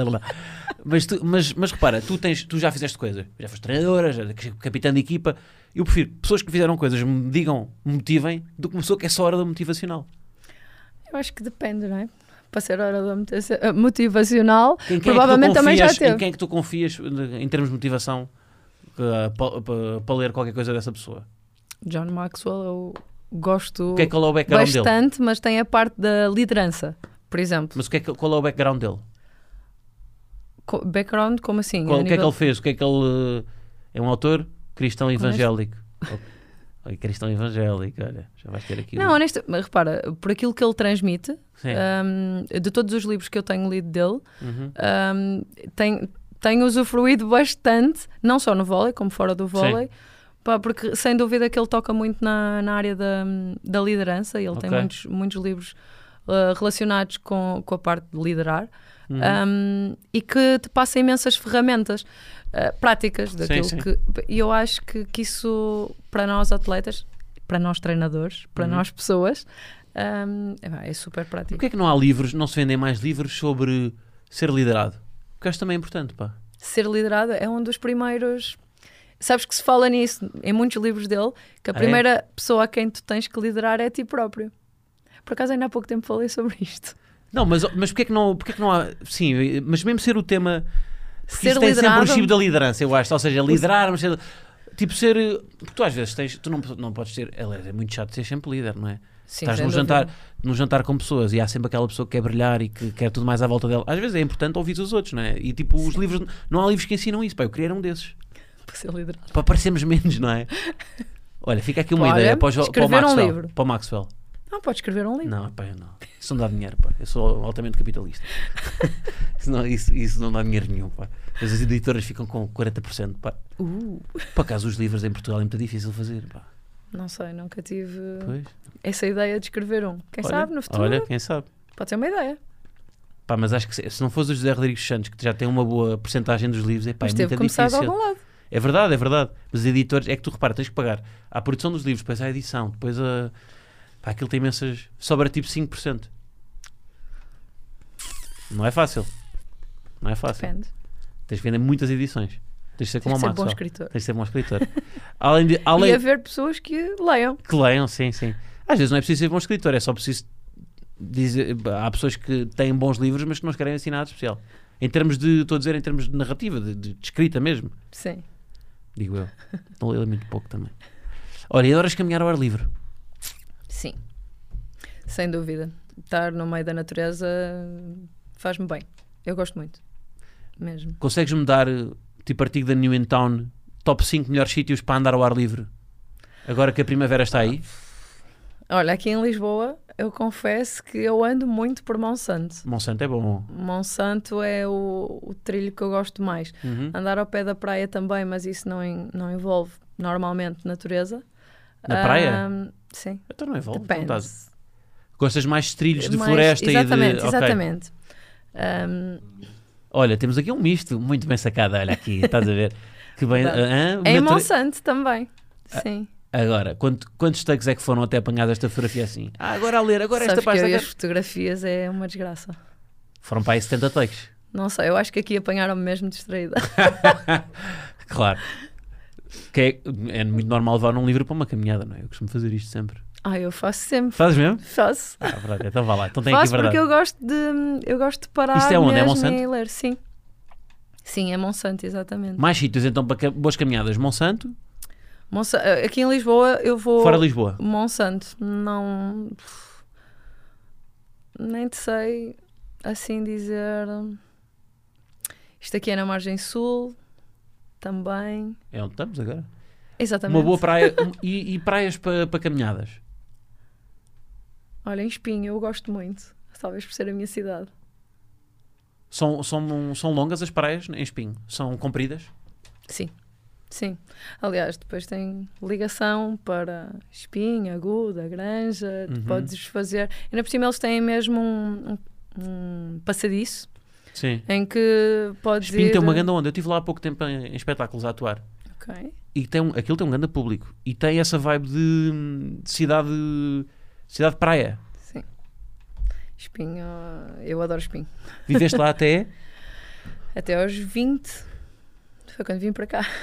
mas, tu, mas, mas repara, tu, tens, tu já fizeste coisas, já foste treinadora, já capitã de equipa. Eu prefiro pessoas que fizeram coisas, me digam, me motivem, do que uma pessoa que é só orador motivacional. Eu acho que depende, não é? Para ser hora da motiva- motivacional, Quem, quem provavelmente é que tu também já confias, teve. Em quem é que tu confias em termos de motivação uh, para, para, para ler qualquer coisa dessa pessoa? John Maxwell, eu gosto O que é que, qual é o background dele? bastante, mas tem a parte da liderança, por exemplo. Mas o que é que, qual é o background dele? Co- Background, como assim? Qual- A o que é que nível- ele fez? O que é que ele... uh, é um autor cristão evangélico. Oi, cristão evangélico, olha, já vais ter aqui... Não, um- honesto, mas repara, por aquilo que ele transmite, Sim. hum, de todos os livros que eu tenho lido dele, Uhum. hum, tem- tenho usufruído bastante, não só no vôlei, como fora do vôlei, pá, porque sem dúvida que ele toca muito na, na área da, da liderança, e ele tem Ok. muitos, muitos livros uh, relacionados com, com a parte de liderar, Uhum. um, e que te passa imensas ferramentas uh, práticas daquilo sim. que... E eu acho que, que isso, para nós atletas, para nós treinadores, para Uhum. nós pessoas, um, é, pá, é super prático. Porquê é que não há livros, não se vendem mais livros sobre ser liderado? Porque acho também importante, pá. Ser liderado é um dos primeiros... Sabes que se fala nisso em muitos livros dele, que a Ah, é? primeira pessoa a quem tu tens que liderar é a ti próprio. Por acaso ainda há pouco tempo falei sobre isto. Não, mas, mas porquê é que não, porquê é que não há... Sim, mas mesmo ser o tema... Porque Ser isso tem sempre o liderado... chip da liderança, eu acho. Ou seja, liderar, ser, tipo ser... Porque tu às vezes tens... Tu não, não podes ser... É muito chato ser sempre líder, não é? Sim, Estás sem num dúvida. jantar, num jantar com pessoas e há sempre aquela pessoa que quer brilhar e que quer tudo mais à volta dela. Às vezes é importante ouvir os outros, não é? E tipo, os livros... Não há livros que ensinam isso, pá. Eu queria era um desses. Para ser liderado. Para parecermos menos, não é? Olha, fica aqui uma Olha, ideia para o, Jo- para o escrever um Maxwell. livro. Para o Maxwell. Não, podes escrever um livro. Não, pá, eu não. Isso não dá dinheiro, pá. Eu sou altamente capitalista. isso, não, isso, isso não dá dinheiro nenhum, pá. As editoras ficam com quarenta por cento, pá. Uh, Por acaso os livros em Portugal é muito difícil de fazer, pá. não sei, nunca tive Pois. essa ideia de escrever um. Quem Olha, sabe no futuro Olha, quem sabe. pode ser uma ideia. Pá, mas acho que se, se não fosse o José Rodrigues Santos, que já tem uma boa percentagem dos livros, é pá, Mas é teve muito que começar de difícil. algum lado. É verdade, é verdade. Mas os editores, é que tu repara, tens que pagar à produção dos livros, depois à edição, depois a. Pá, aquilo tem imensas. Sobra tipo cinco por cento. Não é fácil. Não é fácil. Depende. Tens que vender muitas edições. Tens de ser Tem como que o ser bom Maxwell. escritor. Tens de ser bom escritor. além de. E Além haver pessoas que leiam. que leiam, sim, sim. Às vezes não é preciso ser bom escritor, é só preciso dizer. Há pessoas que têm bons livros, mas que não os querem ensinar nada especial. Em termos de. Estou a dizer, em termos de narrativa, de, de- de escrita mesmo. Sim. Digo eu. Não leio muito pouco também. Olha, e adoras caminhar ao ar livre? Sim, sem dúvida. Estar no meio da natureza faz-me bem. Eu gosto muito, mesmo. Consegues-me dar, tipo artigo da New In Town, top cinco melhores sítios para andar ao ar livre? Agora que a primavera está aí? Olha, aqui em Lisboa, eu confesso que eu ando muito por Monsanto. Monsanto é bom. Monsanto é o, o trilho que eu gosto mais. Uhum. Andar ao pé da praia também, mas isso não, en- não envolve normalmente natureza. Na praia? Ahm, sim, Então não envolve. depende. Então estás- Gostas mais de trilhos de Mais- floresta exatamente, e de... Ok. exatamente. Ahm, Olha, temos aqui um misto muito bem sacado. Olha aqui, estás a ver? Que bem... Verdade. hã? em Nature- Monsanto também. Sim. Agora, quanto- quantos takes é que foram até apanhadas esta fotografia assim? Ah, agora a ler, agora esta Sabes que parte... eu e agora- as fotografias é uma desgraça. Foram para aí setenta takes. Não sei, eu acho que aqui apanharam-me mesmo distraída. Claro. Que é, é muito normal levar um livro para uma caminhada, não é? Eu costumo fazer isto sempre. Ah, eu faço sempre. Fazes mesmo? Faço. Ah, pronto, então vá lá. Então tem Faço aqui porque verdade. eu gosto de eu gosto de parar Isto é onde? É mesmo Monsanto? e ler, sim. Sim, é Monsanto, exatamente. Mais sítios então para ca- boas caminhadas. Monsanto, Monsa- Aqui em Lisboa eu vou... fora de Lisboa. Monsanto, não... Nem te sei assim dizer... Isto aqui é na margem sul, também. É onde estamos agora. Exatamente. Uma boa praia. um- e, e praias para, para caminhadas. Olha, em Espinho eu gosto muito. Talvez por ser a minha cidade. São, são, são longas as praias em Espinho? São compridas? Sim, sim. Aliás, depois tem ligação para Espinho, Aguda, Granja, tu Uhum. podes fazer... Ainda por cima eles têm mesmo um, um, um passadiço Sim. em que podes Espinho ir... tem uma grande onda. Eu estive lá há pouco tempo em, em espetáculos a atuar. Ok. E tem um, aquilo tem um grande público. E tem essa vibe de, de cidade cidade praia. Sim. Espinho, eu adoro Espinho. Viveste lá até... Até aos vinte, foi quando vim para cá.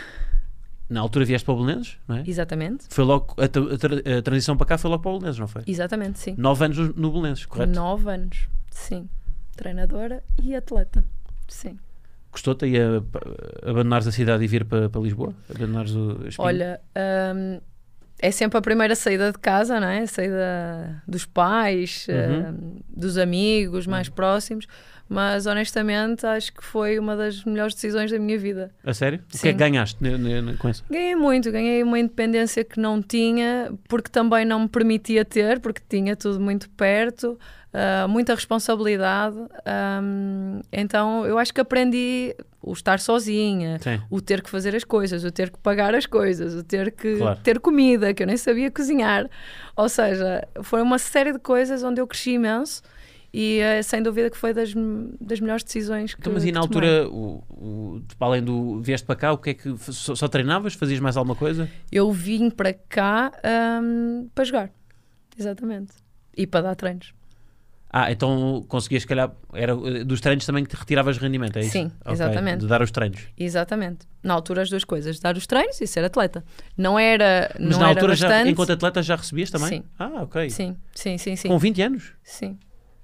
Na altura vieste para o Belenenses, não é? Exatamente. Foi logo... A, tra- a tra- a transição para cá foi logo para o Belenenses, não foi? Exatamente, sim. Nove anos no, no Belenenses, correto? Nove anos, sim. Treinadora e atleta, sim. Gostou-te aí a, a abandonares a cidade e vir para, para Lisboa? Abandonares o Espinho? Olha, hum, é sempre a primeira saída de casa, não é? A saída dos pais, Uhum. hum, dos amigos mais próximos, mas honestamente acho que foi uma das melhores decisões da minha vida. A sério? O que é Sim. que ganhaste ne- ne- ne- com isso? Ganhei muito, ganhei uma independência que não tinha, porque também não me permitia ter, porque tinha tudo muito perto, ah, muita responsabilidade. hum, então eu acho que aprendi o estar sozinha, Sim. o ter que fazer as coisas, o ter que pagar as coisas, o ter que Claro. ter comida, que eu nem sabia cozinhar. Ou seja, foi uma série de coisas onde eu cresci imenso e eh, sem dúvida que foi das, das melhores decisões que Então, mas e que na tomei. altura, o, o, para além do... Vieste para cá, o que é que... Só, só treinavas? Fazias mais alguma coisa? Eu vim para cá hum, para jogar, exatamente, e para dar treinos. Ah, então conseguias, se calhar... Era eh, dos treinos também que te retiravas rendimento, é isso? Sim, Ok, exatamente. De dar os treinos. Exatamente. Na altura as duas coisas, dar os treinos e ser atleta. Não era, Mas não na era altura, já, bastante. enquanto atleta, já recebias também? Sim. Ah, ok. Sim, sim, sim, sim. Com vinte anos? Sim.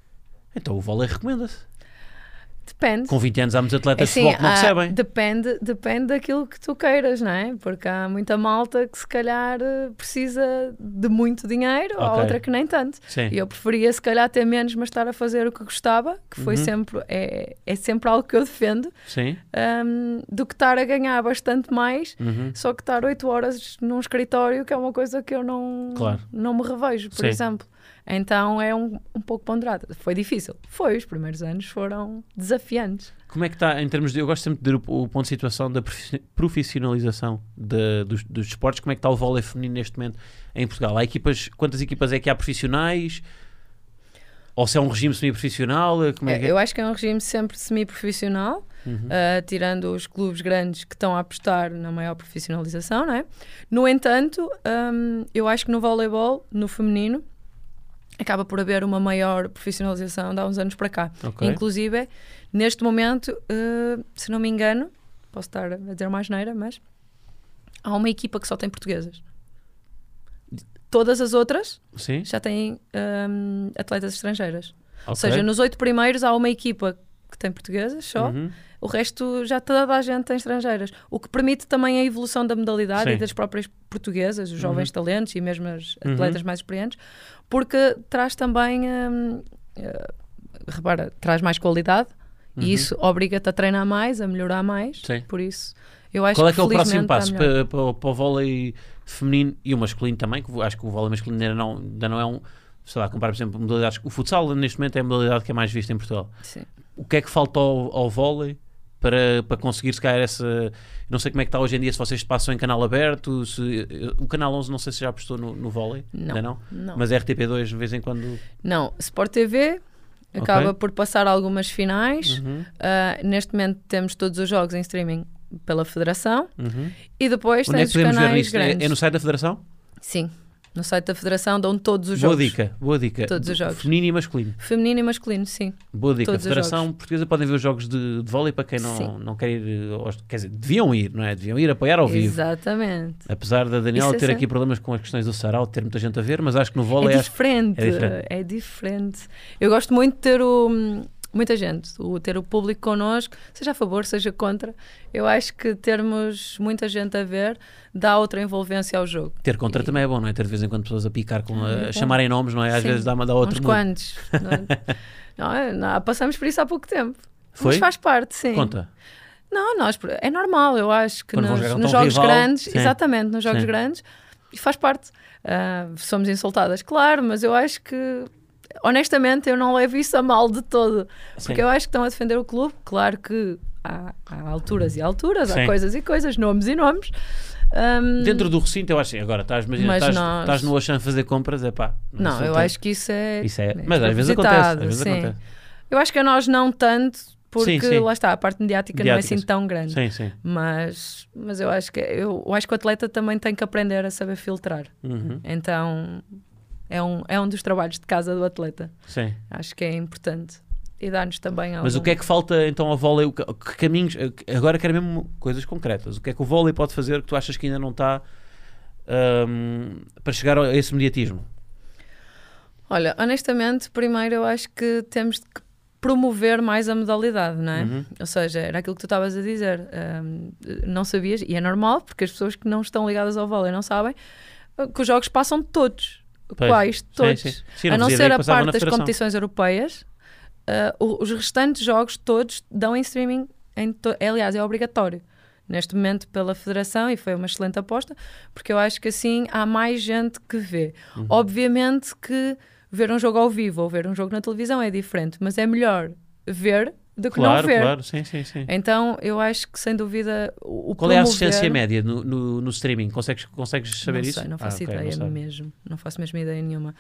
Então o vôlei recomenda-se. Depende. Com vinte anos há muitos atletas Assim, de futebol que não há- recebem. depende, depende daquilo que tu queiras, não é? Porque há muita malta que se calhar eh, precisa de muito dinheiro, há Ok. outra que nem tanto. Sim. E eu preferia se calhar ter menos, mas estar a fazer o que gostava, que foi Uhum. sempre, é, é sempre algo que eu defendo, Sim. hum, do que estar a ganhar bastante mais, Uhum. só que estar oito horas num escritório, que é uma coisa que eu não, Claro. não me revejo, por Sim. exemplo. Então é um, um pouco ponderado. Foi difícil. Foi, os primeiros anos foram desafiantes. Como é que está em termos de... Eu gosto sempre de ver o, o ponto de situação da profi- profissionalização de- dos, dos desportos. Como é que está o vôlei feminino neste momento em Portugal? Há equipas... Quantas equipas é que há profissionais? Ou se é um regime semi-profissional? Como é que é? Eu acho que é um regime sempre semi-profissional, Uhum. uh, tirando os clubes grandes que estão a apostar na maior profissionalização, não é? No entanto, um, eu acho que no voleibol, no feminino, acaba por haver uma maior profissionalização de há uns anos para cá. Ok. Inclusive, neste momento, uh, se não me engano, posso estar a dizer uma asneira, mas há uma equipa que só tem portuguesas. Todas as outras Sim? já têm um, atletas estrangeiras. Ok. Ou seja, nos oito primeiros há uma equipa que que tem portuguesas só. Uhum. O resto já toda a gente tem estrangeiras. O que permite também a evolução da modalidade Sim. e das próprias portuguesas, os jovens Uhum. talentos e mesmo as Uhum. atletas mais experientes, porque traz também, hum, uh, repara, traz mais qualidade Uhum. e isso obriga-te a treinar mais, a melhorar mais. Sim. Por isso, eu acho Qual é que que é o próximo felizmente está passo melhor. para, para, para o vôlei feminino e o masculino também? Que acho que o vôlei masculino ainda não, ainda não é um... Sei lá, comparar, por exemplo, modalidades... O futsal, neste momento, é a modalidade que é mais vista em Portugal. Sim. O que é que falta ao, ao vôlei para, para conseguir, se calhar, essa... Não sei como é que está hoje em dia, se vocês passam em canal aberto, se... O Canal onze, não sei se já apostou no, no vôlei. Não, Ainda não? não. Mas R T P dois, de vez em quando... Não, Sport T V acaba Ok. por passar algumas finais. Uhum, Uh, neste momento temos todos os jogos em streaming pela Federação uhum. e depois Onde é tens que os podemos ver canais isto? É, grandes. é no site da Federação? Sim, no site da Federação dão todos os Boa jogos. dica, boa dica. Todos os jogos. Feminino e masculino. Feminino e masculino, sim. Boa dica. Todos A os Federação jogos. Portuguesa podem ver os jogos de, de vôlei para quem Sim. não, não quer ir, aos- quer dizer, deviam ir, não é? Deviam ir apoiar ao vivo. Exatamente. Apesar da Daniela Isso é ter certo. aqui problemas com as questões do sarau, de ter muita gente a ver, mas acho que no É vôlei acho diferente, é diferente. é diferente. Eu gosto muito de ter o, muita gente, o, ter o público connosco, seja a favor, seja contra. Eu acho que termos muita gente a ver dá outra envolvência ao jogo. ter contra E- também é bom, não é? Ter de vez em quando pessoas a picar, com a, É a bom. chamarem nomes, não é? Às Sim. vezes dá, dá outro Uns mood. quantos. não, é? não, não, passamos por isso há pouco tempo. Foi? Mas faz parte, sim. Conta. Não, nós, é normal, eu acho que Quando vão nos, jogar nos contra um jogos rival, grandes, sim. exatamente, nos jogos Sim. grandes, e faz parte. Ah, somos insultadas, claro, mas eu acho que, honestamente, eu não levo isso a mal de todo. Porque Sim. eu acho que estão a defender o clube, claro que há, há alturas e alturas, Sim. há coisas e coisas, nomes e nomes. Ahm, Dentro do recinto, eu acho assim, agora estás, imagina, Mas estás, nós- estás no Oxam a fazer compras, é pá. não, eu acho que isso é. Isso é, mas às vezes acontece, às propositado, vezes sim. acontece. Eu acho que a nós não tanto, porque Sim, sim. lá está, a parte mediática, não é Mediática, assim tão grande. Sim, sim. Mas, mas eu, acho que, eu, eu acho que o atleta também tem que aprender a saber filtrar. Uhum. Então é um, é um dos trabalhos de casa do atleta. Sim. Acho que é importante. E dar-nos também algum... Mas o que é que falta então ao vôlei? O que, que caminhos? Agora quero mesmo coisas concretas. O que é que o vôlei pode fazer que tu achas que ainda não está hum, para chegar a esse mediatismo? Olha, honestamente, primeiro eu acho que temos de que promover mais a modalidade, não é? Uhum. Ou seja, era aquilo que tu estavas a dizer. hum, não sabias, e é normal, porque as pessoas que não estão ligadas ao vôlei não sabem, que os jogos passam de todos. Pois. Quais? Todos. Sim, sim. Sim, A não fazia ser ideia que a passava parte na das federação. competições europeias, uh, o- os restantes jogos todos dão em streaming. Em to- aliás, é obrigatório neste momento pela Federação, e foi uma excelente aposta, porque eu acho que assim há mais gente que vê. Uhum. Obviamente que ver um jogo ao vivo ou ver um jogo na televisão é diferente, mas é melhor ver do que Claro, não ver. claro, sim, sim, sim. Então eu acho que sem dúvida o, o Qual é a promover- assistência média no, no, no streaming? Consegues, consegues saber não isso? sei, não faço Ah, ok, ideia não sabe. mesmo. Não faço mesmo ideia nenhuma.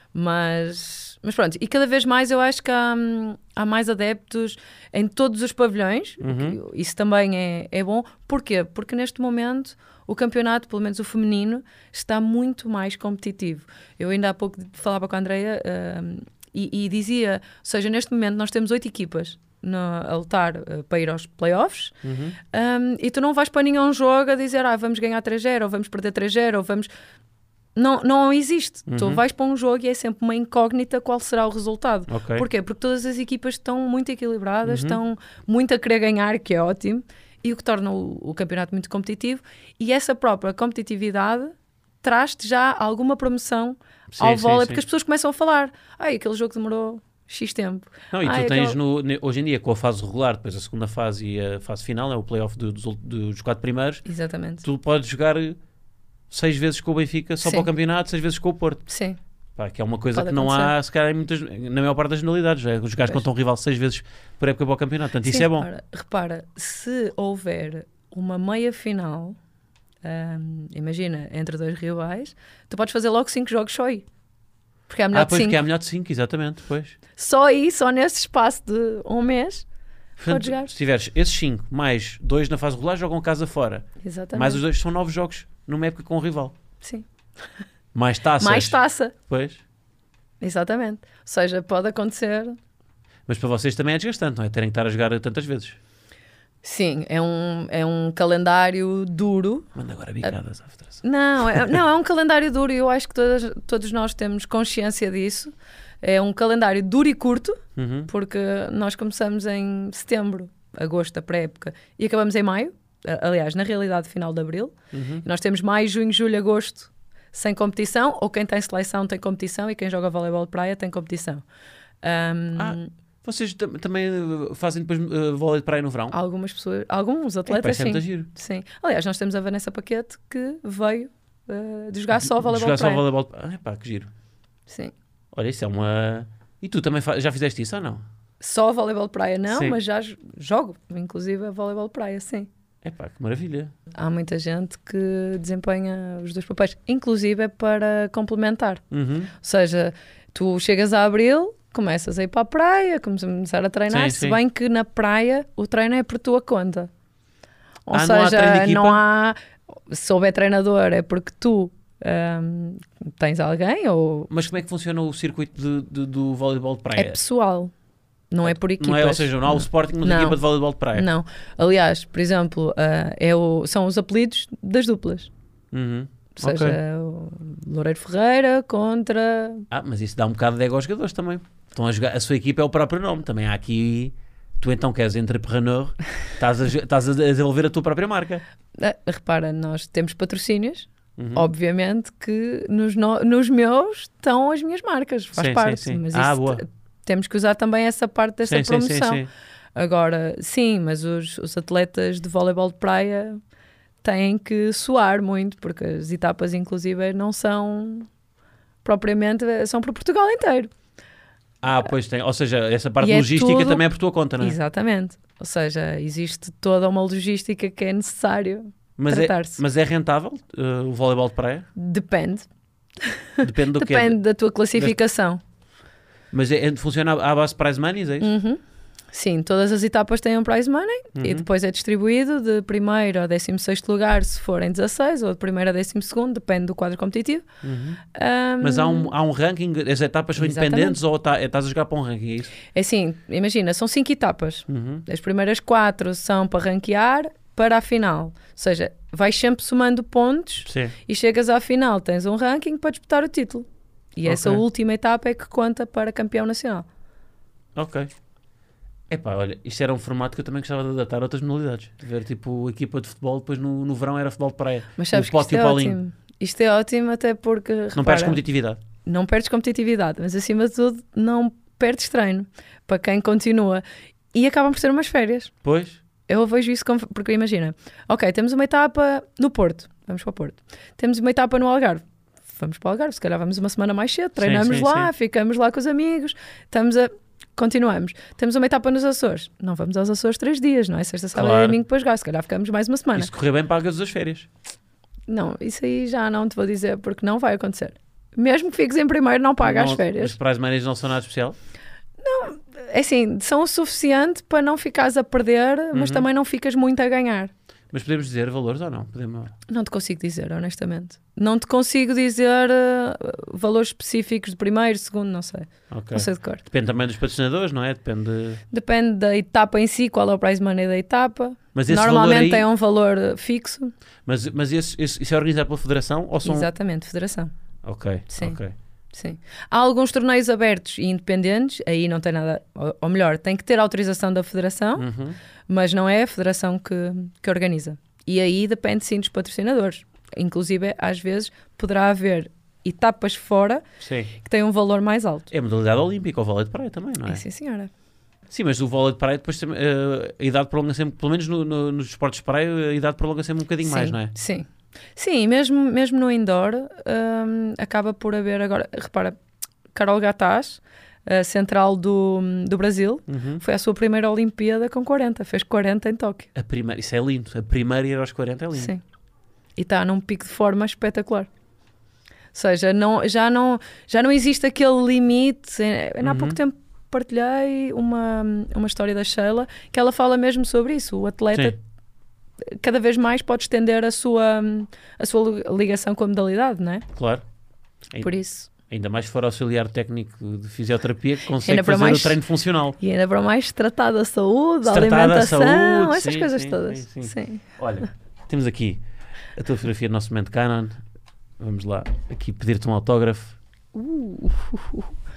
Mas, mas pronto, e cada vez mais eu acho que há, hum, há mais adeptos em todos os pavilhões. Uhum. que Isso também é, é bom. Porquê? Porque neste momento o campeonato, pelo menos o feminino, está muito mais competitivo. Eu ainda há pouco falava com a Andreia hum, e, e dizia, ou seja, neste momento nós temos oito equipas no, a lutar uh, para ir aos playoffs. Uhum. Um, e tu não vais para nenhum jogo a dizer ah, vamos ganhar três a zero, ou vamos perder três a zero, ou vamos... Não, não existe. Uhum. Tu vais para um jogo e é sempre uma incógnita qual será o resultado. Ok. Porquê? Porque todas as equipas estão muito equilibradas, Uhum. estão muito a querer ganhar, que é ótimo, e o que torna o, o campeonato muito competitivo. E essa própria competitividade traz-te já alguma promoção Sim, ao sim, vôlei, sim. porque as pessoas começam a falar ai, aquele jogo demorou X tempo. Não, e tu Ai, tens aquele- no, ne- hoje em dia com a fase regular, depois a segunda fase e a fase final, é o playoff do- dos, ul- dos quatro primeiros, Exatamente. tu podes jogar seis vezes com o Benfica só Sim. para o campeonato, seis vezes com o Porto. Sim. Pá, que é uma coisa Pode que não há, acontecer. se calhar, em muitas, na maior parte das modalidades. É, jogar Pois. contra um rival seis vezes por época para o campeonato. Portanto, isso Sim, é bom. Repara, repara, se houver uma meia final, hum, imagina, entre dois rivais, tu podes fazer logo cinco jogos só aí. Porque é a melhor Ah, de pois, cinco. porque é a melhor de cinco, exatamente. Pois. Só aí, só nesse espaço de um mês, Portanto, Podes jogar. se tiveres esses cinco mais dois na fase regular, jogam casa fora. exatamente. Mais os dois são nove jogos numa época com o rival. Sim. Mais taças. Mais taça. Pois. Exatamente. Ou seja, pode acontecer. Mas para vocês também é desgastante, não é? Terem que estar a jogar tantas vezes. Sim, é um, é um calendário duro. Manda agora bicadas à federação. Não, é, não, é um calendário duro e eu acho que todas, todos nós temos consciência disso. É um calendário duro e curto, Uhum. porque nós começamos em setembro, agosto, a pré-época, e acabamos em maio. A- Aliás, na realidade, final de abril. Uhum. Nós temos maio, junho, julho, agosto sem competição, ou quem tem seleção tem competição e quem joga voleibol de praia tem competição. Ahm, Ah, Vocês tam- também uh, fazem depois uh, vôlei de praia no verão? Algumas pessoas, alguns É, atletas, parece muito sim. giro. sim. Aliás, nós temos a Vanessa Paquete que veio uh, de jogar só voleibol Jogar de só praia. voleibol de praia. Ah, pá, que giro. Sim. Olha, isso é uma... E tu também fa- já fizeste isso ou não? Só voleibol de praia não, Sim. mas já j- jogo, inclusive a voleibol de praia, sim. É pá, que maravilha. Há muita gente que desempenha os dois papéis, inclusive é para complementar. Uhum. Ou seja, tu chegas a abril, começas a ir para a praia, começar a treinar, Sim, se sim. bem que na praia o treino é por tua conta. Ou Ah, não há treino de seja, equipa? não há. Se houver treinador, é porque tu hum, tens alguém ou Mas como é que funciona o circuito de- de- do voleibol de é praia? pessoal, não é por equipas. Não é, ou seja, não há o Sporting, mas a Não. equipa de voleibol de praia. Não. Aliás, por exemplo, ah, é o- são os apelidos das duplas. Uhum. Ou seja, Ok. o Loureiro Ferreira contra. Ah, mas isso dá um bocado de ego aos jogadores também. Estão a jogar, a sua equipa é o próprio nome. Também há aqui... Tu então queres entrepreneur, estás a, jo- estás a desenvolver a tua própria marca. Ah, repara, nós temos patrocínios. Uhum. Obviamente que nos, no- nos meus estão as minhas marcas, faz Sim, parte. sim, sim. Mas Ah, isso boa. te- temos que usar também essa parte dessa Sim, sim, sim, promoção. sim. Agora, sim, mas os, os atletas de voleibol de praia têm que suar muito, porque as etapas, inclusive, não são propriamente, são para Portugal inteiro. Ah, pois tem. Ou seja, essa parte E é logística tudo- também é por tua conta, não é? Exatamente. Ou seja, existe toda uma logística que é necessário Mas é, tratar-se. mas é rentável uh, o voleibol de praia? Depende. Depende do que Depende da tua classificação. Mas é, é- funciona à base de prize money, é isso? Uhum. Sim, todas as etapas têm um prize money e Uhum. depois é distribuído de primeiro a décimo sexto lugar se forem dezasseis, ou de primeiro a décimo segundo, depende do quadro competitivo. Uhum. Ahm, Mas há um, há um ranking, as etapas são Exatamente. independentes ou tá, estás a jogar para um ranking, é isso? É assim, imagina, são cinco etapas. Uhum. As primeiras quatro são para ranquear para a final. Ou seja, vais sempre somando pontos Sim. e chegas à final, tens um ranking para disputar o título. E essa Ok. última etapa é que conta para campeão nacional. Ok. Epá, olha, isto era um formato que eu também gostava de adaptar a outras modalidades. De ver, tipo, a equipa de futebol, depois no, no verão era futebol de praia. Mas sabes o que isto pote e é o paulinho. ótimo. Isto é ótimo até porque, Não repara, perdes competitividade. não perdes competitividade, mas acima de tudo não perdes treino para quem continua e acabam por ser umas férias. Pois, Eu vejo isso como, porque imagina, ok, temos uma etapa no Porto, vamos para o Porto. Temos uma etapa no Algarve, vamos para o Algarve, se calhar vamos uma semana mais cedo, treinamos sim, lá, sim. ficamos lá com os amigos, estamos a... Continuamos. Temos uma etapa nos Açores. Não vamos aos Açores três dias, não é? Sexta, sábado Claro. e domingo depois jogar. Se calhar ficamos mais uma semana. e se correr bem, pagas as férias. Não, isso aí já não te vou dizer porque não vai acontecer. Mesmo que fiques em primeiro, não paga Não- as férias. Os prize monies não são nada especial? É assim, são o suficiente para não ficares a perder, mas Uhum. também não ficas muito a ganhar. Mas podemos dizer valores ou não? Podemos... Não te consigo dizer, honestamente. Não te consigo dizer uh, valores específicos de primeiro, segundo, não sei. Ok. Não sei de cor. Depende também dos patrocinadores, não é? Depende... Depende da etapa em si, qual é o prize money da etapa. Mas esse valor Normalmente aí... tem um valor uh, fixo. Mas, mas esse, esse- isso é organizado pela federação ou são... Exatamente, federação. Ok, Sim. ok. Sim. Há alguns torneios abertos e independentes, aí não tem nada, ou, ou melhor, tem que ter autorização da federação, Uhum. mas não é a federação que, que organiza. E aí depende sim dos patrocinadores. Inclusive, às vezes, poderá haver etapas fora Sim. que têm um valor mais alto. É a modalidade olímpica, o vôlei de praia também, não é? É, sim, senhora. Sim, mas o vôlei de praia depois também, eh, a idade prolonga sempre, pelo menos no- no- nos esportes de praia, a idade prolonga sempre um bocadinho Sim, mais, não é? Sim. Sim, mesmo, mesmo no indoor, hum, acaba por haver agora... Repara, Carol Gataz, a central do, do Brasil, Uhum. foi a sua primeira Olimpíada com quarenta. Fez quarenta em Tóquio. A primeira, isso é lindo. A primeira ir aos quarenta é lindo. Sim. E está num pico de forma espetacular. Ou seja, não, já, não, já não existe aquele limite. Eu, há Uhum. pouco tempo partilhei uma, uma história da Sheila que ela fala mesmo sobre isso. O atleta Sim. cada vez mais pode estender a sua, a sua ligação com a modalidade, não é? Claro. Ainda, Por isso. ainda mais se for auxiliar técnico de fisioterapia que consegue Ainda para fazer mais- o treino funcional. E ainda para mais tratar da saúde, da Se tratar da alimentação, saúde, essas sim, coisas sim, todas. sim, sim. Sim. Olha, temos aqui a tua fotografia do nosso momento Canon. Vamos lá, aqui pedir-te um autógrafo. Uh,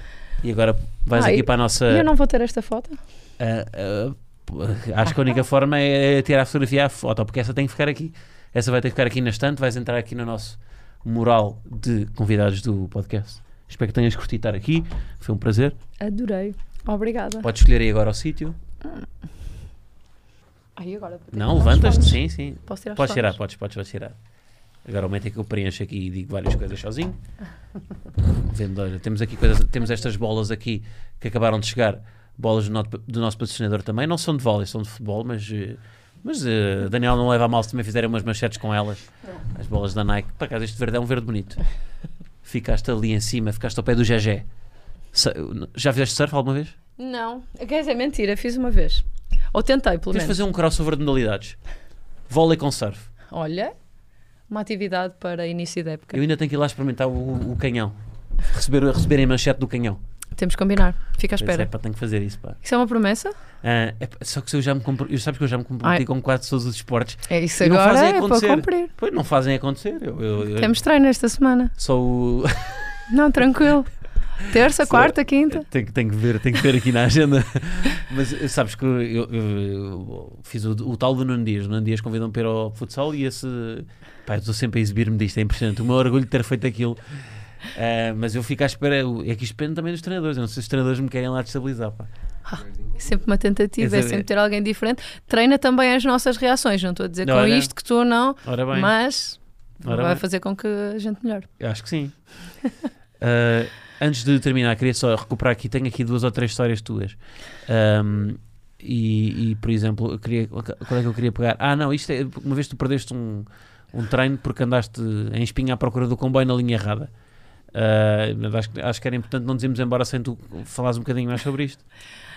E agora vais Ah, aqui e- para a nossa... E eu não vou ter esta foto? Ah, ah, acho que a única forma é tirar a fotografia à foto, porque essa tem que ficar aqui. Essa vai ter que ficar aqui na estante, vais entrar aqui no nosso mural de convidados do podcast. Espero que tenhas curtido estar aqui, foi um prazer. Adorei. Obrigada. Podes escolher aí agora o sítio. Ai, agora vou ter Não, que tirar os levantas-te, fones. sim, sim. Posso tirar os Podes tirar, fones? podes, podes, podes tirar. Agora o momento é que eu preencho aqui e digo várias coisas sozinho. Vendo, olha, temos aqui coisas, temos estas bolas aqui que acabaram de chegar, bolas do, not- do nosso patrocinador também, não são de vôlei, são de futebol, mas, eh, mas eh, Daniel não leva a mal se também fizerem umas manchetes com elas, as bolas da Nike. Por acaso este verde é um verde bonito. Ficaste ali em cima, ficaste ao pé do Gegé. Sa- Já fizeste surf alguma vez? Não, quer dizer, mentira, fiz uma vez. Ou tentei, pelo Tens de menos. fazer um crossover de modalidades. Vôlei com surf. Olha, uma atividade para início de época. Eu ainda tenho que ir lá experimentar o, o canhão. Receber, receber a manchete do canhão. Temos que combinar. Fica à Pois espera. é, pá, tenho que fazer isso, pá. Isso é uma promessa? Ah, é pá, só que se eu já me compro, eu sabes que eu já me comprometi Ai. com quase todos os esportes. É isso E não agora, fazem é para acontecer. cumprir. Pois não fazem acontecer. Eu, eu, eu Temos treino esta semana. sou o. Não, tranquilo. Terça, Só- quarta, quinta. tenho, que- tenho que ver, tenho que ver aqui na agenda. Mas eh, sabes que eu, eu- eu fiz o, o tal do Nuno Dias. O Nuno Dias convidou-me para ir ao futsal e esse. Pá, eu estou sempre a exibir-me disto, é impressionante. O meu orgulho de ter feito aquilo. Ah, mas eu fico à espera. É que isto depende também dos treinadores. Eu não sei se os treinadores me querem lá destabilizar. Pá. É sempre uma tentativa, é Essa é- sempre ter alguém diferente. Treina também as nossas reações. Não estou a dizer com Olha. isto que tu não, Ora bem, mas Ora vai bem. fazer com que a gente melhore. eu acho que sim. Ah, antes de terminar, queria só recuperar aqui. Tenho aqui duas ou três histórias tuas. Ahm, e, e, por exemplo, eu queria, qual é que eu queria pegar? Ah, não, isto é. Uma vez tu perdeste um, um treino porque andaste em espinha à procura do comboio na linha errada. Ah, mas acho, que- acho que era importante não nos irmos embora sem tu falares um bocadinho mais sobre isto.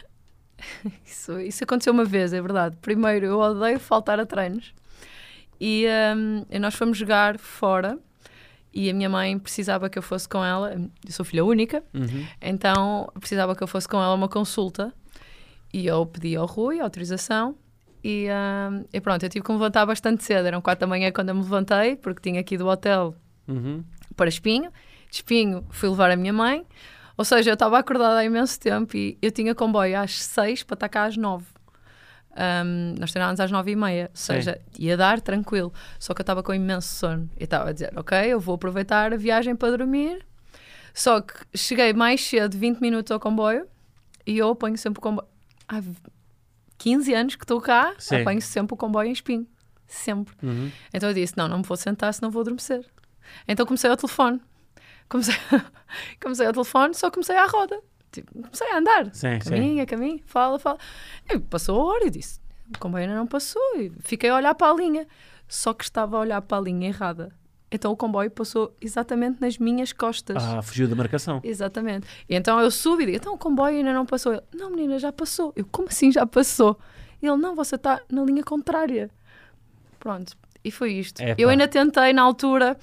Isso, isso aconteceu uma vez, é verdade. Primeiro, eu odeio faltar a treinos. E, hum, e nós fomos jogar fora e a minha mãe precisava que eu fosse com ela. Eu sou filha única, Uhum. então precisava que eu fosse com ela a uma consulta. E eu pedi ao Rui autorização. E, hum, e pronto, eu tive que me levantar bastante cedo. Eram quatro da manhã quando eu me levantei, porque tinha aqui do hotel Uhum. para Espinho. De Espinho fui levar a minha mãe. Ou seja, eu estava acordada há imenso tempo e eu tinha comboio às seis para estar cá às nove. Um, nós treinávamos às nove e meia, ou Sim. seja, ia dar tranquilo. Só que eu estava com imenso sono. Eu estava a dizer, ok, eu vou aproveitar a viagem para dormir. Só que cheguei mais cedo, vinte minutos ao comboio, e eu apanho sempre o comboio. Há quinze anos que estou cá, Sim. apanho sempre o comboio em Espinho. Sempre. Uhum. Então eu disse, não, não me vou sentar, senão vou adormecer. Então comecei ao telefone. Comecei, comecei ao telefone, só comecei à roda. Tipo, comecei a andar. Sim, sim. Caminha, caminha, fala, fala. E passou a hora e disse, o comboio ainda não passou. E fiquei a olhar para a linha. Só que estava a olhar para a linha errada. Então o comboio passou exatamente nas minhas costas. Ah, fugiu da marcação. Exatamente. E então eu subi e digo, então o comboio ainda não passou. Ele, não menina, já passou. Eu, como assim já passou? Ele, não, você está na linha contrária. Pronto. E foi isto. Epá. Eu ainda tentei na altura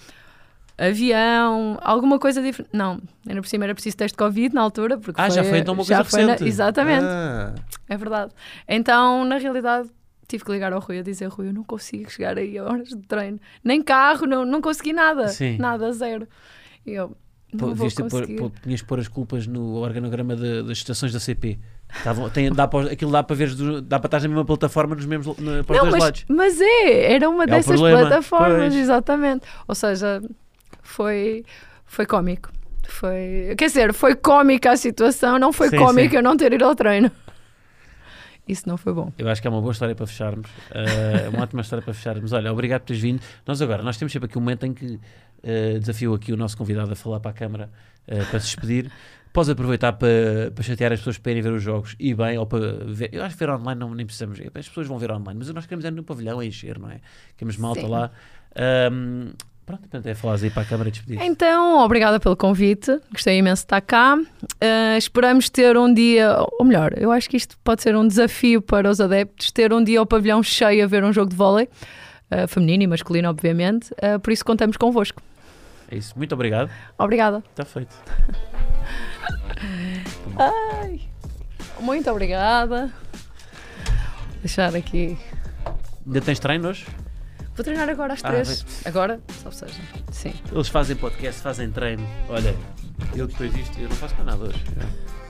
avião, alguma coisa diferente. Não, ainda por cima era preciso teste de Covid na altura. Porque Ah, foi, já foi então uma já coisa foi na- recente. Exatamente. Ah. É verdade. Então, na realidade, tive que ligar ao Rui a dizer, Rui, eu não consigo chegar aí a horas de treino. Nem carro, não, não consegui nada. Sim. Nada, zero. E eu, não Pô, vou devias ter pôr- conseguir. pô- tinhas de pôr as culpas no organograma de- das estações da C P. Estavam- tem- dá para, aquilo dá para ver, dá para estar na mesma plataforma nos mesmos na, para os Não, dois mas, lados. mas é, era uma É o dessas problema, plataformas, pois. exatamente. Ou seja, foi, foi cómico. Foi, quer dizer, foi cómica a situação, não foi Sim, cómico sim. eu não ter ido ao treino. Isso não foi bom. Eu acho que é uma boa história para fecharmos. Eh, É uma ótima história para fecharmos. Olha, obrigado por teres vindo. Nós agora, nós temos sempre aqui um momento em que eh, desafio aqui o nosso convidado a falar para a câmara eh, para se despedir. Podes aproveitar para, para chatear as pessoas para irem ver os jogos e bem, ou para ver. Eu acho que ver online não, nem precisamos. As pessoas vão ver online, mas nós queremos é no pavilhão a encher, não é? Queremos malta Sim. lá. Ahm, pronto, portanto, é falar aí para a câmara e despedir. Então, obrigada pelo convite, gostei imenso de estar cá. Uh, esperamos ter um dia, ou melhor, eu acho que isto pode ser um desafio para os adeptos, ter um dia ao pavilhão cheio a ver um jogo de vôlei, uh, feminino e masculino, obviamente, uh, por isso contamos convosco. É isso. Muito obrigado. Obrigada. Está feito. Ai, muito obrigada. Vou deixar aqui. Ainda tens treino hoje? Vou treinar agora às Ah, três. vai- Agora, só seja. Sim. Sim. Eles fazem podcast, fazem treino. Olha, eu depois disto, eu não faço para nada hoje.